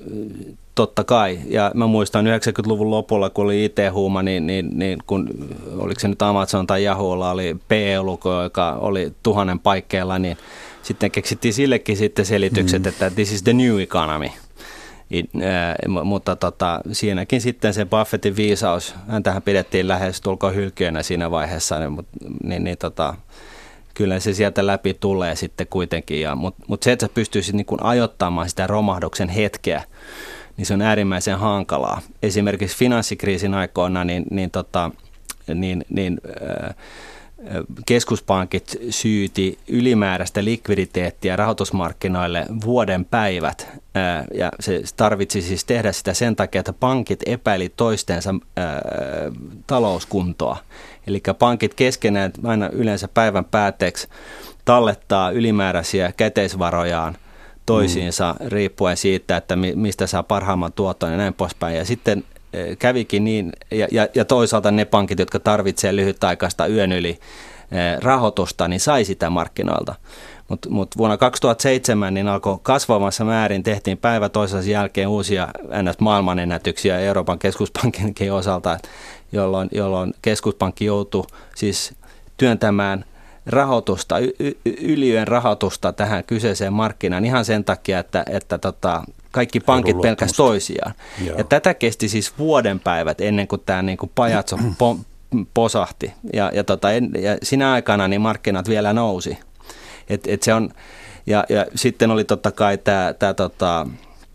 totta kai. Ja mä muistan yhdeksänkymmentäluvun lopulla, kun oli I T-huuma, niin, niin, niin kun, oliko se nyt Amazon tai Yahoolla, oli P E-luku, joka oli tuhannen paikkeilla, niin sitten keksittiin sillekin sitten selitykset, mm. että this is the new economy. I, ää, mutta tota, siinäkin sitten se Buffettin viisaus, häntähän pidettiin lähes tulkoon hylkiönä siinä vaiheessa, niin, niin, niin tota, kyllä se sieltä läpi tulee sitten kuitenkin. Mutta mut se, että sä pystyisit niin kun ajoittamaan sitä romahduksen hetkeä, niin se on äärimmäisen hankalaa. Esimerkiksi finanssikriisin aikoina niin, niin, tota, niin, niin äh, keskuspankit syyti ylimääräistä likviditeettiä rahoitusmarkkinoille vuoden päivät. Äh, ja se tarvitsi siis tehdä sitä sen takia, että pankit epäili toistensa äh, talouskuntoa. Eli pankit keskenään aina yleensä päivän päätteeksi tallettaa ylimääräisiä käteisvarojaan toisiinsa mm. riippuen siitä, että mistä saa parhaamman tuoton ja näin poispäin. Ja sitten kävikin niin, ja, ja, ja toisaalta ne pankit, jotka tarvitsevat lyhytaikaista yön yli rahoitusta, niin sai sitä markkinoilta. Mutta mut vuonna kaksituhattaseitsemän niin alkoi kasvavassa määrin, tehtiin päivä toisensa jälkeen uusia N S-maailmanennätyksiä Euroopan keskuspankinkin osalta, jolloin, jolloin keskuspankki joutui siis työntämään rahoitusta, y- yliön rahoitusta tähän kyseiseen markkinaan ihan sen takia, että, että tota, kaikki pankit pelkäs toisiaan. Joo. Ja tätä kesti siis vuoden päivät ennen kuin tämä niin kuin pajatso po- posahti. Ja, ja, tota, en, ja sinä aikana niin markkinat vielä nousi. Et, et se on, ja, ja sitten oli totta kai tämä, tämä tota,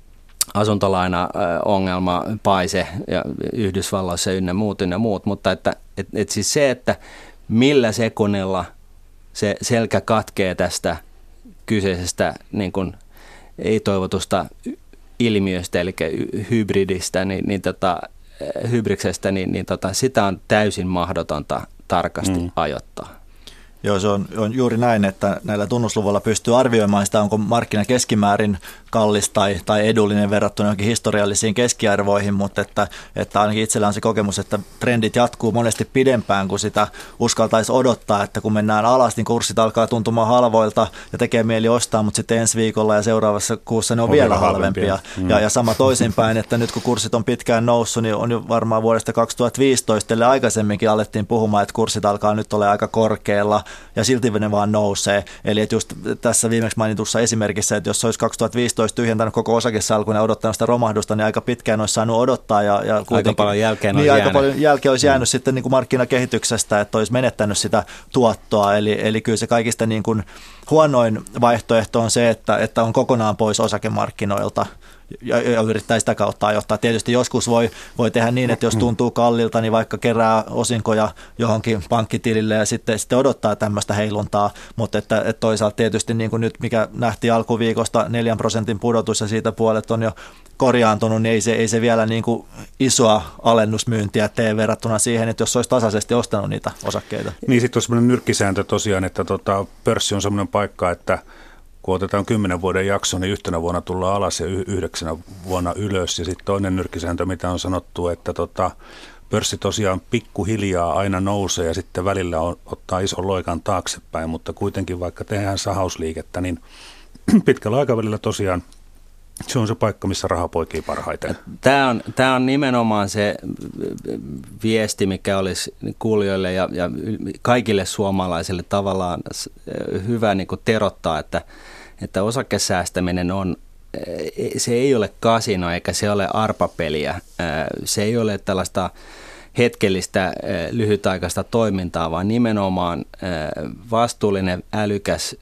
asuntolaina-ongelma, paise ja Yhdysvalloissa ynnä muut, ynnä muut. Mutta että, et, et siis se, että millä sekunnilla se selkä katkee tästä kyseisestä niin kuin ei-toivotusta ilmiöstä, eli hybridistä, niin, niin tota, hybriksestä, niin, niin tota, sitä on täysin mahdotonta tarkasti mm. ajoittaa. Joo, se on, on juuri näin, että näillä tunnusluvuilla pystyy arvioimaan sitä, onko markkina keskimäärin kallis tai, tai edullinen verrattuna johonkin historiallisiin keskiarvoihin, mutta että, että ainakin itsellä on se kokemus, että trendit jatkuu monesti pidempään, kun sitä uskaltaisi odottaa, että kun mennään alas, niin kurssit alkaa tuntumaan halvoilta ja tekee mieli ostaa, mutta sitten ensi viikolla ja seuraavassa kuussa ne on, on vielä halvempia. Mm. Ja, ja sama toisinpäin, että nyt kun kurssit on pitkään noussut, niin on jo varmaan vuodesta kaksituhattaviisitoista, eli aikaisemminkin alettiin puhumaan, että kurssit alkaa nyt olla aika korkealla, ja silti ne vaan nousee. Eli että just tässä viimeksi mainitussa esimerkissä, että jos olisi kaksituhattaviisitoista tyhjentänyt koko osakesalkun ja odottanut sitä romahdusta, niin aika pitkään olisi saanut odottaa. Ja, ja aika paljon jälkeen niin, olisi aika jäänyt. paljon jälkeen olisi jäänyt mm. sitten niin kuin markkinakehityksestä, että olisi menettänyt sitä tuottoa. Eli, eli kyllä se kaikista niin kuin huonoin vaihtoehto on se, että, että on kokonaan pois osakemarkkinoilta. Ja, ja yrittää sitä kautta ajoittaa. Tietysti joskus voi, voi tehdä niin, että jos tuntuu kallilta, niin vaikka kerää osinkoja johonkin pankkitilille ja sitten, sitten odottaa tämmöistä heiluntaa, mutta että, että toisaalta tietysti niin kuin nyt, mikä nähtiin alkuviikosta neljän prosentin pudotus ja siitä puolet on jo korjaantunut, niin ei se, ei se vielä niin kuin isoa alennusmyyntiä tee verrattuna siihen, että jos olisi tasaisesti ostanut niitä osakkeita. Niin sitten on semmoinen nyrkkisääntö tosiaan, että tota, pörssi on semmoinen paikka, että kun otetaan kymmenen vuoden jakso, niin yhtenä vuonna tullaan alas ja yhdeksänä vuonna ylös. Ja sitten toinen nyrkkisääntö, mitä on sanottu, että tota, pörssi tosiaan pikkuhiljaa aina nousee ja sitten välillä on, ottaa ison loikan taaksepäin, mutta kuitenkin vaikka tehdään sahausliikettä, niin pitkällä aikavälillä tosiaan Se on se paikka, missä raha poikii parhaiten. Tämä on, tämä on nimenomaan se viesti, mikä olisi kuulijoille ja, ja kaikille suomalaisille tavallaan hyvä niin kuin terottaa, että, että osakesäästäminen on, se ei ole kasino eikä se ole arpapeliä. Se ei ole tällaista hetkellistä lyhytaikaista toimintaa, vaan nimenomaan vastuullinen, älykäs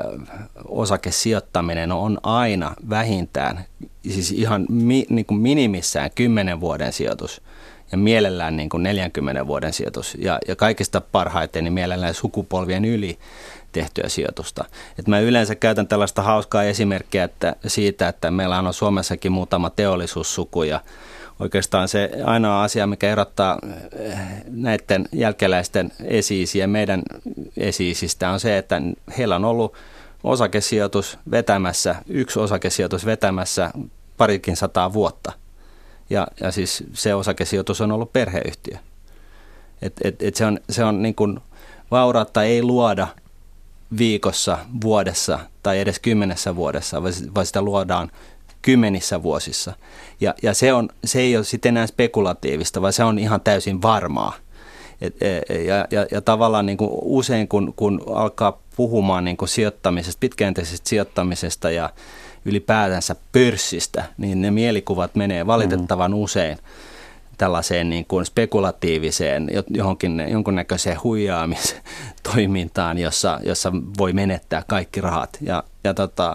osakesijoittaminen on aina vähintään, siis ihan mi, niin kuin minimissään kymmenen vuoden sijoitus ja mielellään niin kuin neljänkymmenen vuoden sijoitus ja, ja kaikista parhaiten niin mielellään sukupolvien yli tehtyä sijoitusta. Et mä yleensä käytän tällaista hauskaa esimerkkiä että siitä, että meillä on Suomessakin muutama teollisuussuku ja oikeastaan se ainoa asia, mikä erottaa näiden jälkeläisten esi-isiä ja meidän esi-isistä on se, että heillä on ollut osakesijoitus vetämässä, yksi osakesijoitus vetämässä parikin sataa vuotta. Ja, ja siis se osakesijoitus on ollut perheyhtiö. Et, et, et se on, se on niin kuin vaurautta ei luoda viikossa, vuodessa tai edes kymmenessä vuodessa, vaan sitä luodaan kymmenissä vuosissa. Ja, ja se, on, se ei ole sitten enää spekulatiivista, vaan se on ihan täysin varmaa. Et, ja, ja, ja tavallaan niin kuin usein, kun, kun alkaa puhumaan niin kuin sijoittamisesta, pitkäjänteisestä sijoittamisesta ja ylipäätänsä pörssistä, niin ne mielikuvat menee valitettavan mm-hmm. usein tällaiseen niin kuin spekulatiiviseen, johonkin jonkunnäköiseen huijaamistoimintaan, jossa, jossa voi menettää kaikki rahat. Ja, ja tota,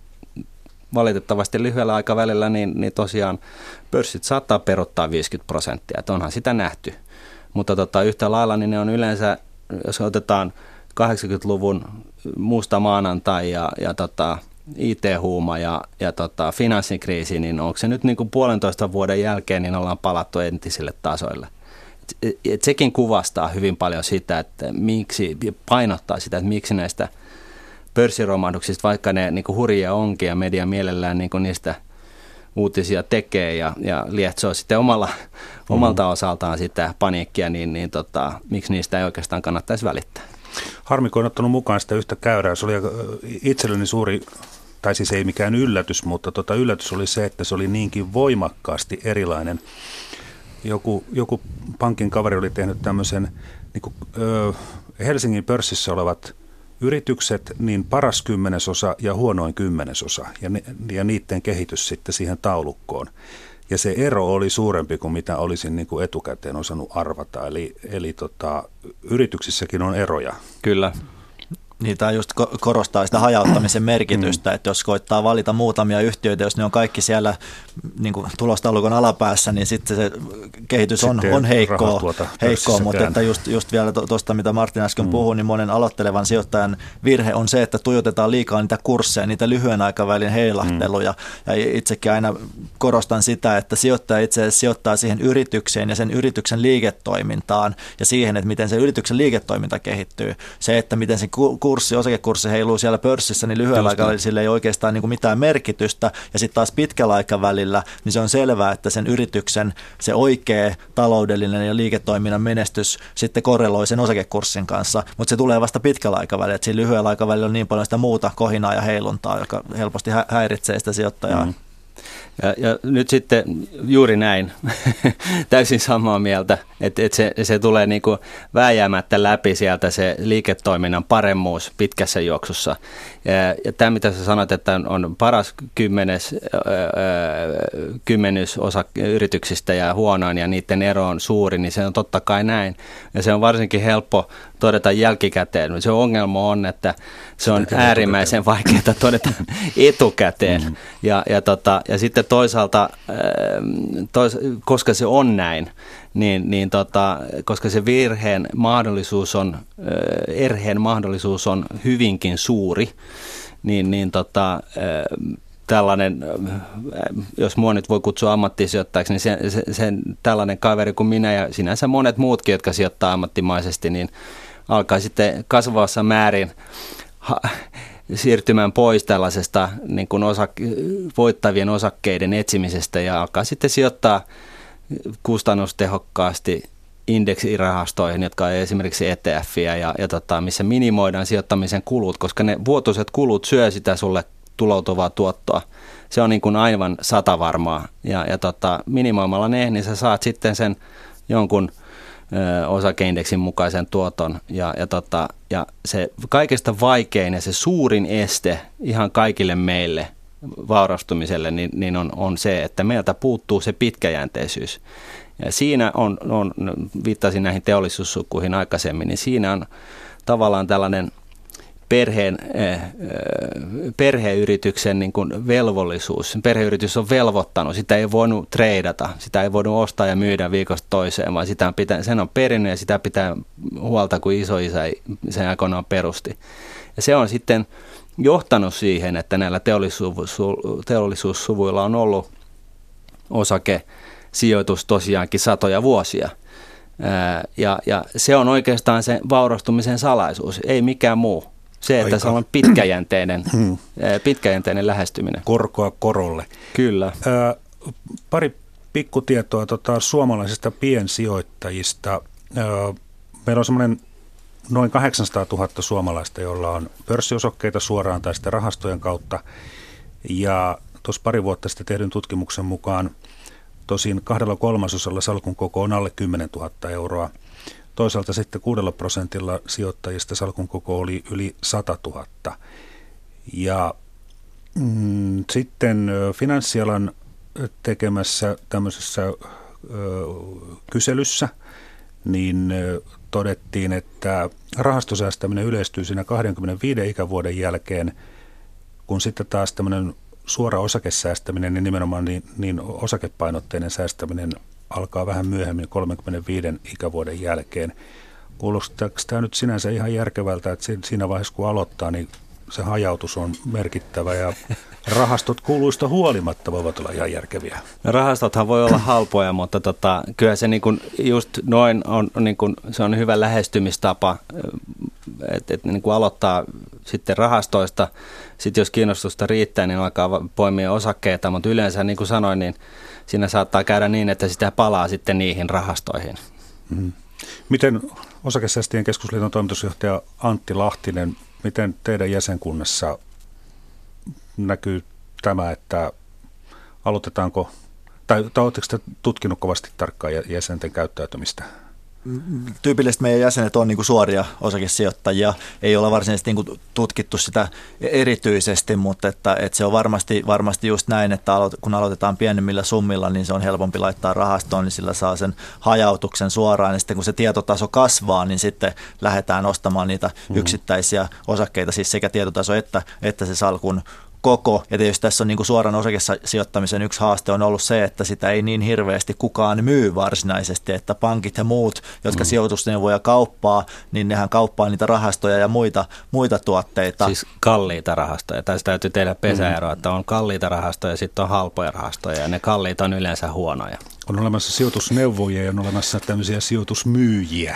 valitettavasti lyhyellä aikavälillä niin, niin tosiaan pörssit saattaa peruttaa viisikymmentä prosenttia, että onhan sitä nähty. Mutta tota, yhtä lailla niin ne on yleensä, jos otetaan kahdeksankymmentäluvun musta maanantai ja, ja tota, I T-huuma ja, ja tota, finanssikriisi, niin onko se nyt niin kuin puolentoista vuoden jälkeen, niin ollaan palattu entisille tasoille. Et, et sekin kuvastaa hyvin paljon sitä, että miksi, painottaa sitä, että miksi näistä pörssiromahduksista, vaikka ne niin kuin hurjia onkin ja media mielellään niin kuin niistä uutisia tekee ja, ja lietsoo sitten omalla, mm-hmm. omalta osaltaan sitä paniikkia, niin, niin tota, miksi niistä ei oikeastaan kannattaisi välittää. Harmi, kun on ottanut mukaan sitä yhtä käyrää. Se oli itselleni suuri, tai siis ei mikään yllätys, mutta tota yllätys oli se, että se oli niinkin voimakkaasti erilainen. Joku, joku pankin kaveri oli tehnyt tämmöisen niin kuin, ö, Helsingin pörssissä olevat yritykset, niin paras kymmenesosa ja huonoin kymmenesosa ja, ne, ja niiden kehitys sitten siihen taulukkoon. Ja se ero oli suurempi kuin mitä olisin niin kuin etukäteen osannut arvata. Eli, eli tota, yrityksissäkin on eroja. Kyllä. Niin, tämä just korostaa sitä hajauttamisen merkitystä, mm. että jos koittaa valita muutamia yhtiöitä, jos ne on kaikki siellä niin kuin tulostaulukon alapäässä, niin sitten se kehitys on, on heikkoa, heikkoa mutta että just, just vielä tuosta, mitä Martin äsken mm. puhui, niin monen aloittelevan sijoittajan virhe on se, että tuijotetaan liikaa niitä kursseja, niitä lyhyen aikavälin heilahteluja, mm. ja itsekin aina korostan sitä, että sijoittaja itse asiassa sijoittaa siihen yritykseen ja sen yrityksen liiketoimintaan ja siihen, että miten se yrityksen liiketoiminta kehittyy. Se, että miten se kurssi, osakekurssi heiluu siellä pörssissä, niin lyhyellä aikavälillä sillä ei oikeastaan niin kuin mitään merkitystä. Ja sitten taas pitkällä aikavälillä, niin se on selvää, että sen yrityksen se oikea taloudellinen ja liiketoiminnan menestys sitten korreloi sen osakekurssin kanssa. Mutta se tulee vasta pitkällä aikavälillä, että siinä lyhyellä aikavälillä on niin paljon sitä muuta kohinaa ja heiluntaa, joka helposti hä- häiritsee sitä sijoittajaa. Mm. Ja, ja nyt sitten juuri näin, täysin samaa mieltä, että, että se, se tulee niin kuin vääjäämättä läpi sieltä se liiketoiminnan paremmuus pitkässä juoksussa. Ja, ja tämä, mitä sä sanoit, että on, on paras kymmenes, öö, kymmenys osa yrityksistä ja huonoin ja niiden ero on suuri, niin se on totta kai näin. Ja se on varsinkin helppo todeta jälkikäteen. Se ongelma on, että se on äärimmäisen vaikeaa todeta etukäteen. Mm-hmm. Ja, ja, tota, ja sitten toisaalta, tois, koska se on näin, niin, niin tota, koska se virheen mahdollisuus on, erheen mahdollisuus on hyvinkin suuri, niin, niin tota, tällainen, jos mua nyt voi kutsua ammattisijoittajaksi, niin se, se, se, tällainen kaveri kuin minä ja sinänsä monet muutkin, jotka sijoittaa ammattimaisesti, niin alkaa sitten kasvavassa määrin ha, siirtymään pois tällaisesta niin kuin osak- voittavien osakkeiden etsimisestä ja alkaa sitten sijoittaa kustannustehokkaasti indeksirahastoihin, jotka on esimerkiksi E T F:iä ja, ja tota, missä minimoidaan sijoittamisen kulut, koska ne vuotuiset kulut syö sitä sulle tuloutuvaa tuottoa. Se on niin kuin aivan satavarmaa ja, ja tota, minimoimalla ne, niin sä saat sitten sen jonkun ö, osakeindeksin mukaisen tuoton ja, ja, tota, ja se kaikista vaikein ja se suurin este ihan kaikille meille vaurastumiselle niin, niin on, on se, että meiltä puuttuu se pitkäjänteisyys. Ja siinä on, on, viittasin näihin teollisuussukuihin aikaisemmin, niin siinä on tavallaan tällainen perheen, perheyrityksen niin kuin velvollisuus. Perheyritys on velvoittanut, sitä ei voinut treidata, sitä ei voinut ostaa ja myydä viikosta toiseen, vaan sitä pitää, sen on perinnyt ja sitä pitää huolta, kun isoisä sen aikoinaan perusti. Ja se on sitten johtanut siihen, että näillä teollisuussuvuilla on ollut osakesijoitus tosiaankin satoja vuosia. Ja, ja se on oikeastaan se vaurastumisen salaisuus, ei mikään muu. Se, että Aika. se on pitkäjänteinen, hmm. pitkäjänteinen lähestyminen. Korkoa korolle. Kyllä. Ää, pari pikkutietoa tota, suomalaisista piensijoittajista. Ää, meillä on semmoinen noin kahdeksansataatuhatta suomalaista, joilla on pörssiosakkeita suoraan tai sitten rahastojen kautta. Ja tuossa pari vuotta sitten tehdyn tutkimuksen mukaan tosin kahdella kolmasosalla salkun koko on alle kymmenentuhatta euroa. Toisaalta sitten kuudella prosentilla sijoittajista salkun koko oli yli satatuhatta. Ja mm, sitten finanssialan tekemässä tämmöisessä ö, kyselyssä niin ö, todettiin, että rahastosäästäminen yleistyy siinä kaksikymmentäviiden ikävuoden jälkeen, kun sitten taas tämmöinen suora osakesäästäminen, niin nimenomaan niin, niin osakepainotteinen säästäminen alkaa vähän myöhemmin kolmekymmentäviiden ikävuoden jälkeen. Kuulostaako tämä nyt sinänsä ihan järkevältä, että siinä vaiheessa kun aloittaa, niin se hajautus on merkittävä ja rahastot kuluista huolimatta voivat olla ihan järkeviä. No rahastothan voi olla halpoja, mutta tota, kyllä se niin kuin just noin on, niin kuin, se on hyvä lähestymistapa, että et niin kuin aloittaa sitten rahastoista. Sitten jos kiinnostusta riittää, niin alkaa poimia osakkeita, mutta yleensä niin kuin sanoin, niin siinä saattaa käydä niin, että sitä palaa sitten niihin rahastoihin. Mm-hmm. Miten Osakesäästäjien keskusliiton toimitusjohtaja Antti Lahtinen, miten teidän jäsenkunnassa näkyy tämä, että aloitetaanko, tai, tai oletteko te tutkinut kovasti tarkkaan jäsenten käyttäytymistä? Tyypillisesti meidän jäsenet on niin kuin suoria osakesijoittajia, ei olla varsinaisesti niin kuin tutkittu sitä erityisesti, mutta että, että se on varmasti, varmasti just näin, että kun aloitetaan pienemmillä summilla, niin se on helpompi laittaa rahastoon, niin sillä saa sen hajautuksen suoraan, ja sitten kun se tietotaso kasvaa, niin sitten lähdetään ostamaan niitä yksittäisiä osakkeita, siis sekä tietotaso että, että se salkun koko. Ja tietysti tässä on niin kuin suoran osakesijoittamisen yksi haaste on ollut se, että sitä ei niin hirveästi kukaan myy varsinaisesti, että pankit ja muut, jotka mm. sijoitusneuvoja kauppaa, niin nehän kauppaa niitä rahastoja ja muita, muita tuotteita. Siis kalliita rahastoja. Tässä täytyy tehdä pesäero, mm. että on kalliita rahastoja ja sitten on halpoja rahastoja ja ne kalliita on yleensä huonoja. On olemassa sijoitusneuvojia ja on olemassa tämmöisiä sijoitusmyyjiä.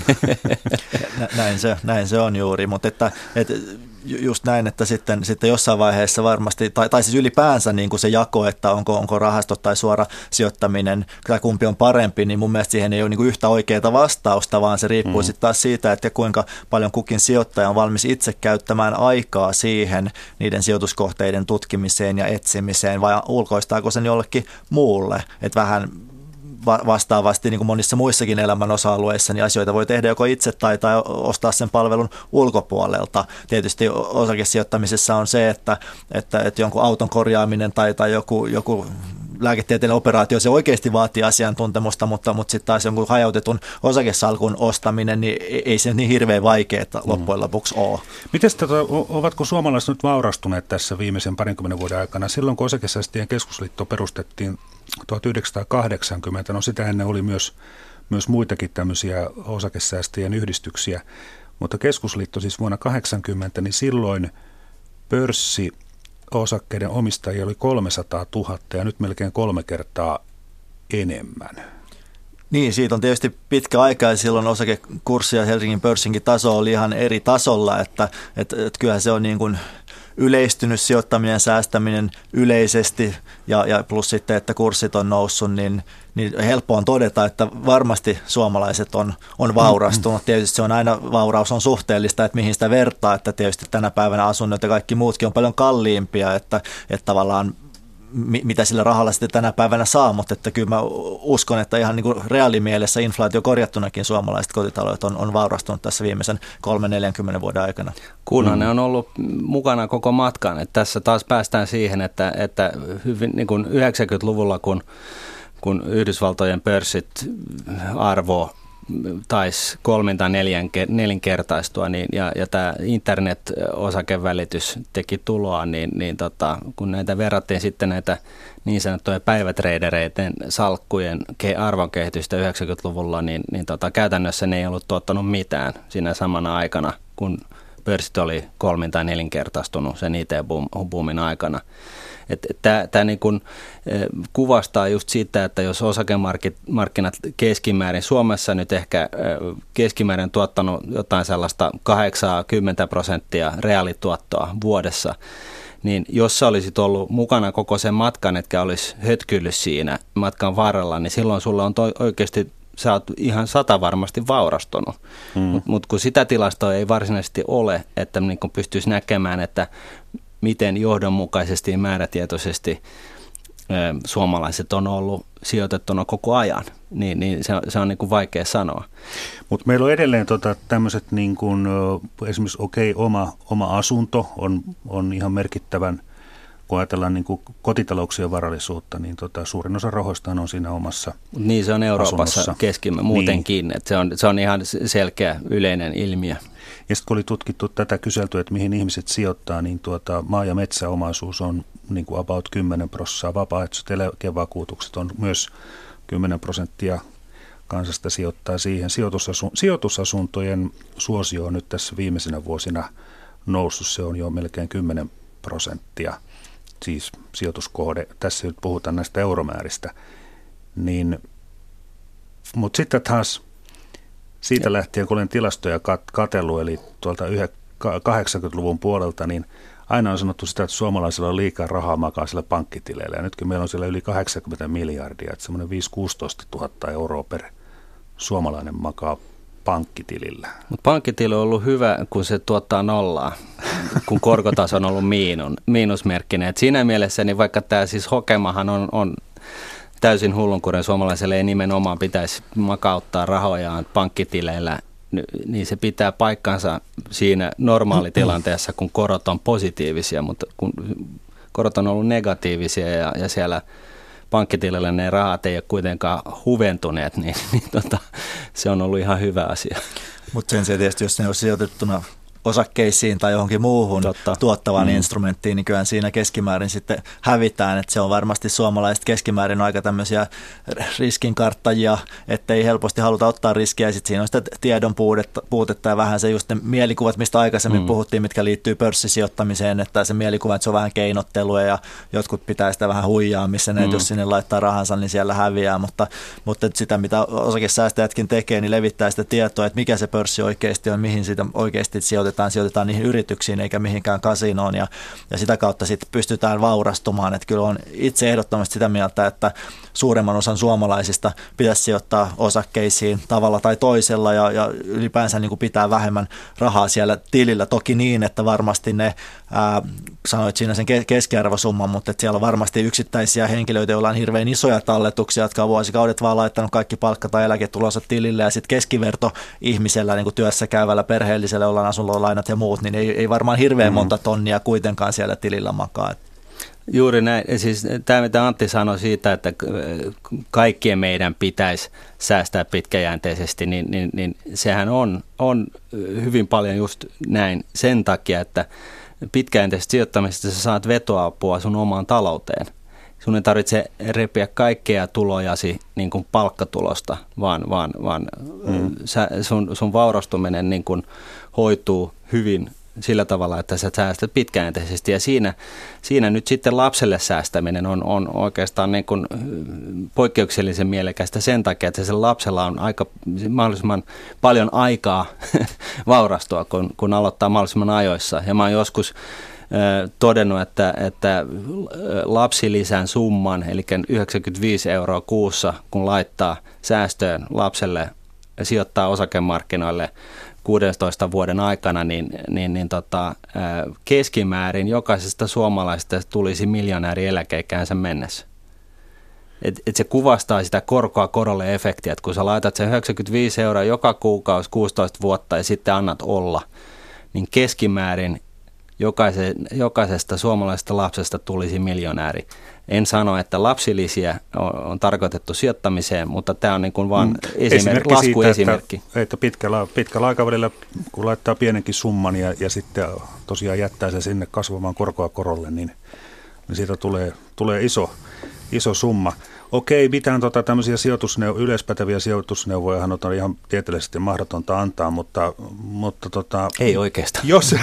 näin, se, näin se on juuri, mutta että, että just näin, että sitten, sitten jossain vaiheessa varmasti, tai, tai siis ylipäänsä niin kuin se jako, että onko, onko rahasto tai suora sijoittaminen, tai kumpi on parempi, niin mun mielestä siihen ei ole niin kuin yhtä oikeaa vastausta, vaan se riippuu mm. sitten taas siitä, että kuinka paljon kukin sijoittaja on valmis itse käyttämään aikaa siihen niiden sijoituskohteiden tutkimiseen ja etsimiseen, vai ulkoistaako sen jollekin muulle, että vähän vastaavasti niin kuin monissa muissakin elämän osa-alueissa, niin asioita voi tehdä joko itse tai, tai ostaa sen palvelun ulkopuolelta. Tietysti osakesijoittamisessa on se, että, että, että jonkun auton korjaaminen tai, tai joku, joku lääketieteellinen operaatio, se oikeasti vaatii asiantuntemusta, mutta, mutta sitten taas jonkun hajautetun osakesalkun ostaminen, niin ei se niin hirveän vaikeaa loppujen lopuksi ole. Mites tätä, ovatko suomalaiset nyt vaurastuneet tässä viimeisen parinkymmenen vuoden aikana? Silloin kun Osakesäästäjien keskusliitto perustettiin tuhatyhdeksänsataakahdeksankymmentä, no sitä ennen oli myös, myös muitakin tämmöisiä osakesäästäjien yhdistyksiä, mutta keskusliitto siis vuonna kahdeksankymmentä, niin silloin pörssi osakkeiden omistajia oli kolmesataatuhatta ja nyt melkein kolme kertaa enemmän. Niin, siitä on tietysti pitkä aika ja silloin osakekurssi ja Helsingin pörssinkin taso oli ihan eri tasolla, että, että, että kyllähän se on niin kuin yleistynyt sijoittaminen, säästäminen yleisesti ja, ja plus sitten, että kurssit on noussut, niin, niin helppo on todeta, että varmasti suomalaiset on, on vaurastunut. Tietysti se on aina, vauraus on suhteellista, että mihin sitä vertaa, että tietysti tänä päivänä asunnot ja kaikki muutkin on paljon kalliimpia, että, että tavallaan mitä sillä rahalla sitten tänä päivänä saa, mutta että kyllä mä uskon, että ihan niin kuin reaalimielessä inflaatio korjattunakin suomalaiset kotitaloudet on, on vaurastunut tässä viimeisen kolme neljäkymmentä vuoden aikana. Kunhan ne on ollut mukana koko matkan. Että tässä taas päästään siihen, että, että hyvin niin kuin yhdeksänkymmentäluvulla, kun, kun Yhdysvaltojen pörssit arvo taisi kolmin tai neljän, nelinkertaistua, niin, ja, ja tämä internet-osakevälitys teki tuloa, niin, niin tota, kun näitä verrattiin sitten näitä niin sanottuja päivätreidereiden salkkujen arvonkehitystä yhdeksänkymmentäluvulla, niin, niin tota, käytännössä ne ei ollut tuottanut mitään siinä samana aikana, kun pörssit oli kolmin tai nelinkertaistunut sen I T-boomin aikana. Tämä niin kuin kuvastaa just sitä, että jos osakemarkkinat keskimäärin, Suomessa nyt ehkä keskimäärin tuottanut jotain sellaista kahdeksankymmentä prosenttia reaalituottoa vuodessa, niin jos sä olisit ollut mukana koko sen matkan, etkä olisi hötkyllyt siinä matkan varrella, niin silloin sulla on toi oikeasti, sä oot ihan sata varmasti vaurastunut. Hmm. Mutta mut kun sitä tilastoa ei varsinaisesti ole, että niin kun pystyisi näkemään, että miten johdonmukaisesti ja määrätietoisesti ö, suomalaiset on ollut sijoitettuna koko ajan, niin, niin se, se on niin kuin vaikea sanoa. Mutta meillä on edelleen tota, tämmöiset, niin kuin, esimerkiksi okei, okay, oma, oma asunto on, on ihan merkittävän, kun ajatellaan niin kuin kotitalouksien varallisuutta, niin tota, suurin osa rahoistaan on siinä omassa Niin se on Euroopassa keskimäärin muutenkin, niin. Että se on, se on ihan selkeä yleinen ilmiö. Ja sitten kun oli tutkittu tätä kyseltyä, että mihin ihmiset sijoittaa, niin tuota, maa- ja metsäomaisuus on niin kuin about kymmenen prosenttia, vapaaehtoiset eläkevakuutukset on myös kymmenen prosenttia kansasta sijoittaa siihen. Sijoitusasu- sijoitusasuntojen suosio on nyt tässä viimeisinä vuosina noussut, se on jo melkein kymmenen prosenttia, siis sijoituskohde, tässä nyt puhutaan näistä euromääristä, niin, mutta sitten taas siitä lähtien, kun olen tilastoja katsellut, eli tuolta kahdeksankymmentäluvun puolelta, niin aina on sanottu sitä, että suomalaisilla on liikaa rahaa makaa sillä pankkitileillä. Ja nyt kun meillä on siellä yli kahdeksankymmentä miljardia, että semmoinen viisi kuusitoista tuhatta euroa per suomalainen makaa pankkitilillä. Mutta pankkitili on ollut hyvä, kun se tuottaa nollaa, kun korkotaso on ollut miinun, miinusmerkkinen. Et siinä mielessä, niin vaikka tämä siis hokemahan on... on täysin hullunkurin, suomalaiselle ei nimenomaan pitäisi makauttaa rahojaan pankkitileillä, niin se pitää paikkansa siinä normaalitilanteessa, kun korot on positiivisia, mutta kun korot on ollut negatiivisia ja, ja siellä pankkitilillä ne rahat ei ole kuitenkaan huventuneet, niin, niin tota, se on ollut ihan hyvä asia. Mutta sen se tietysti, jos ne olisi sijoitettuna osakkeisiin tai johonkin muuhun Totta. tuottavaan mm. instrumenttiin, niin kyllä siinä keskimäärin sitten hävitään, että se on varmasti suomalaiset keskimäärin aika tämmöisiä riskinkarttajia, ettei helposti haluta ottaa riskiä, ja sitten siinä on sitä tiedon puutetta, puutetta ja vähän se just ne mielikuvat, mistä aikaisemmin mm. puhuttiin, mitkä liittyy pörssisijoittamiseen, että se mielikuva, että se on vähän keinottelua ja jotkut pitää sitä vähän huijaamissa, mm. että jos sinne laittaa rahansa, niin siellä häviää, mutta, mutta sitä, mitä osakesäästäjätkin tekee, niin levittää sitä tietoa, että mikä se pörssi oikeasti on, mihin sitä oikeasti sijoitetaan. sijoitetaan niihin yrityksiin eikä mihinkään kasinoon ja, ja sitä kautta sitten pystytään vaurastumaan. Että kyllä on itse ehdottomasti sitä mieltä, että suuremman osan suomalaisista pitäisi sijoittaa osakkeisiin tavalla tai toisella ja, ja ylipäänsä niin kuin pitää vähemmän rahaa siellä tilillä. Toki niin, että varmasti ne, ää, sanoit siinä sen keskiarvosumman, mutta että siellä on varmasti yksittäisiä henkilöitä, joilla on hirveän isoja talletuksia, jotka on vuosikaudet vaan laittanut kaikki palkka- tai eläketulonsa tilille ja sitten keskiverto ihmisellä, niin kuin työssä käyvällä perheellisellä, jolla on asuntolainat ja muut, niin ei, ei varmaan hirveän mm. monta tonnia kuitenkaan siellä tilillä makaa. Juuri näin. Siis tämä, mitä Antti sanoi siitä, että kaikkien meidän pitäisi säästää pitkäjänteisesti, niin, niin, niin sehän on, on hyvin paljon just näin sen takia, että pitkäjänteisesti sijoittamisesta sä saat vetoapua sun omaan talouteen. Sun ei tarvitse repiä kaikkea tulojasi niin kuin palkkatulosta, vaan, vaan, vaan mm. sä, sun, sun vaurastuminen niin kuin hoituu hyvin sillä tavalla, että sä säästät pitkäjänteisesti. Ja siinä, siinä nyt sitten lapselle säästäminen on, on oikeastaan niin kuin poikkeuksellisen mielekästä sen takia, että sillä lapsella on aika mahdollisimman paljon aikaa vaurastua, kun, kun aloittaa mahdollisimman ajoissa. Ja mä oon joskus todennut, että, että lapsilisän summan, eli yhdeksänkymmentäviisi euroa kuussa, kun laittaa säästöön lapselle ja sijoittaa osakemarkkinoille kuudentoista vuoden aikana, niin, niin, niin tota, keskimäärin jokaisesta suomalaisesta tulisi miljonääri eläkeikäänsä mennessä. Et, et se kuvastaa sitä korkoa korolle efektiä, että kun sä laitat sen yhdeksänkymmentäviisi euroa joka kuukausi kuusitoista vuotta ja sitten annat olla, niin keskimäärin jokaise, jokaisesta suomalaisesta lapsesta tulisi miljonääri. En sano, että lapsilisiä on, on tarkoitettu sijoittamiseen, mutta tämä on niin kuin vaan mm. esimerkki, laskuesimerkki. Siitä, että, että pitkällä, pitkällä aikavälillä, kun laittaa pienenkin summan ja, ja sitten tosiaan jättää se sinne kasvamaan korkoa korolle, niin, niin siitä tulee, tulee iso, iso summa. Okei, mitään tota, tämmöisiä sijoitusneuvoja, yleispäteviä sijoitusneuvoja on ihan tieteellisesti mahdotonta antaa, mutta... mutta tota, ei oikeastaan. Jos,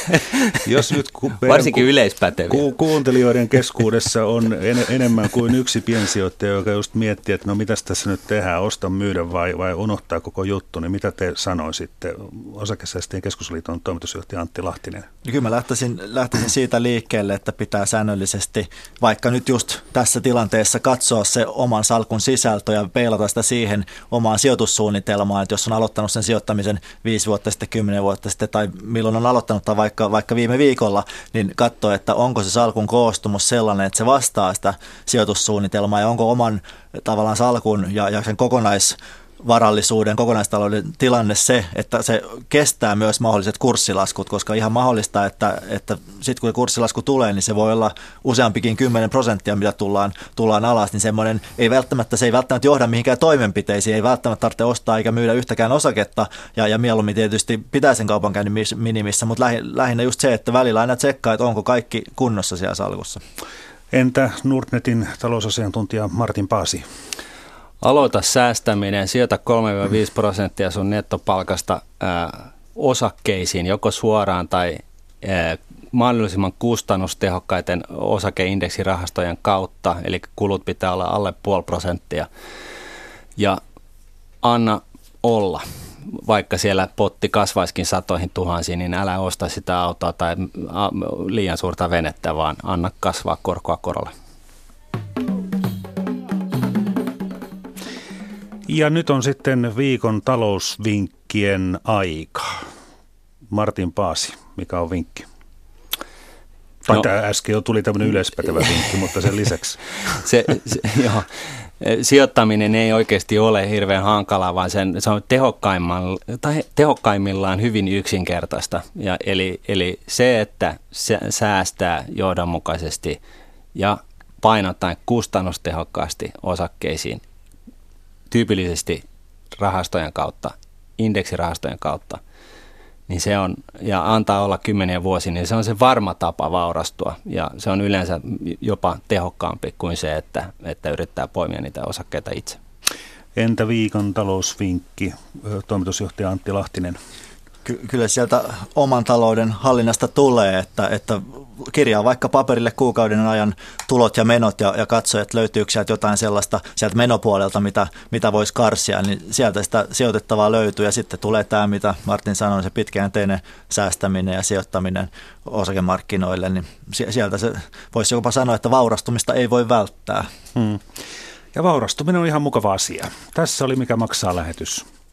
jos nyt ku, varsinkin ku, yleispäteviä. Ku, kuuntelijoiden keskuudessa on en, enemmän kuin yksi piensijoittaja, joka just miettii, että no mitäs tässä nyt tehdään, osta, myydä vai, vai unohtaa koko juttu, niin mitä te sanoisitte? Osakesäästäjien keskusliiton toimitusjohtaja Antti Lahtinen. Kyllä mä lähtisin, lähtisin siitä liikkeelle, että pitää säännöllisesti, vaikka nyt just tässä tilanteessa katsoa se oman salkun sisältö ja peilata sitä siihen omaan sijoitussuunnitelmaan, että jos on aloittanut sen sijoittamisen viisi vuotta sitten, kymmenen vuotta sitten tai milloin on aloittanut tai vaikka, vaikka viime viikolla, niin katsoa, että onko se salkun koostumus sellainen, että se vastaa sitä sijoitussuunnitelmaa ja onko oman tavallaan salkun ja, ja sen kokonais varallisuuden, kokonaistalouden tilanne se, että se kestää myös mahdolliset kurssilaskut, koska ihan mahdollista, että, että sitten kun kurssilasku tulee, niin se voi olla useampikin kymmenen prosenttia, mitä tullaan, tullaan alas, niin semmoinen ei välttämättä, se ei välttämättä johda mihinkään toimenpiteisiin, ei välttämättä tarvitse ostaa eikä myydä yhtäkään osaketta, ja, ja mieluummin tietysti pitää sen kaupankäynnin minimissä, mutta lähinnä just se, että välillä aina tsekkaa, että onko kaikki kunnossa siellä salkussa. Entä Nordnetin talousasiantuntija Martin Paasi? Aloita säästäminen, sijoita kolme viisi prosenttia sun nettopalkasta ää, osakkeisiin, joko suoraan tai ää, mahdollisimman kustannustehokkaiden osakeindeksirahastojen kautta, eli kulut pitää olla alle puoli prosenttia. Ja anna olla, vaikka siellä potti kasvaisikin satoihin tuhansiin, niin älä osta sitä autoa tai liian suurta venettä, vaan anna kasvaa korkoa korolle. Ja nyt on sitten viikon talousvinkkien aika. Martin Paasi, mikä on vinkki? Tai no, äsken jo tuli tämmöinen yleispätevä vinkki, mutta sen lisäksi. Se, se, joo. Sijoittaminen ei oikeasti ole hirveän hankalaa, vaan sen, se on tai tehokkaimmillaan hyvin yksinkertaista. Ja eli, eli se, että se säästää johdonmukaisesti ja painottaen kustannustehokkaasti osakkeisiin, tyypillisesti rahastojen kautta, indeksirahastojen kautta, niin se on, ja antaa olla kymmeniä vuosia, niin se on se varma tapa vaurastua, ja se on yleensä jopa tehokkaampi kuin se, että, että yrittää poimia niitä osakkeita itse. Entä viikon talousvinkki, toimitusjohtaja Antti Lahtinen? Ky- kyllä sieltä oman talouden hallinnasta tulee, että, että kirjaa vaikka paperille kuukauden ajan tulot ja menot ja, ja katso, että löytyykö sieltä jotain sellaista sieltä menopuolelta, mitä, mitä voisi karsia, niin sieltä sitä sijoitettavaa löytyy ja sitten tulee tämä, mitä Martin sanoi, se pitkäjänteinen säästäminen ja sijoittaminen osakemarkkinoille, niin sieltä se voisi jopa sanoa, että vaurastumista ei voi välttää. Hmm. Ja vaurastuminen on ihan mukava asia. Tässä oli Mikä maksaa -lähetys.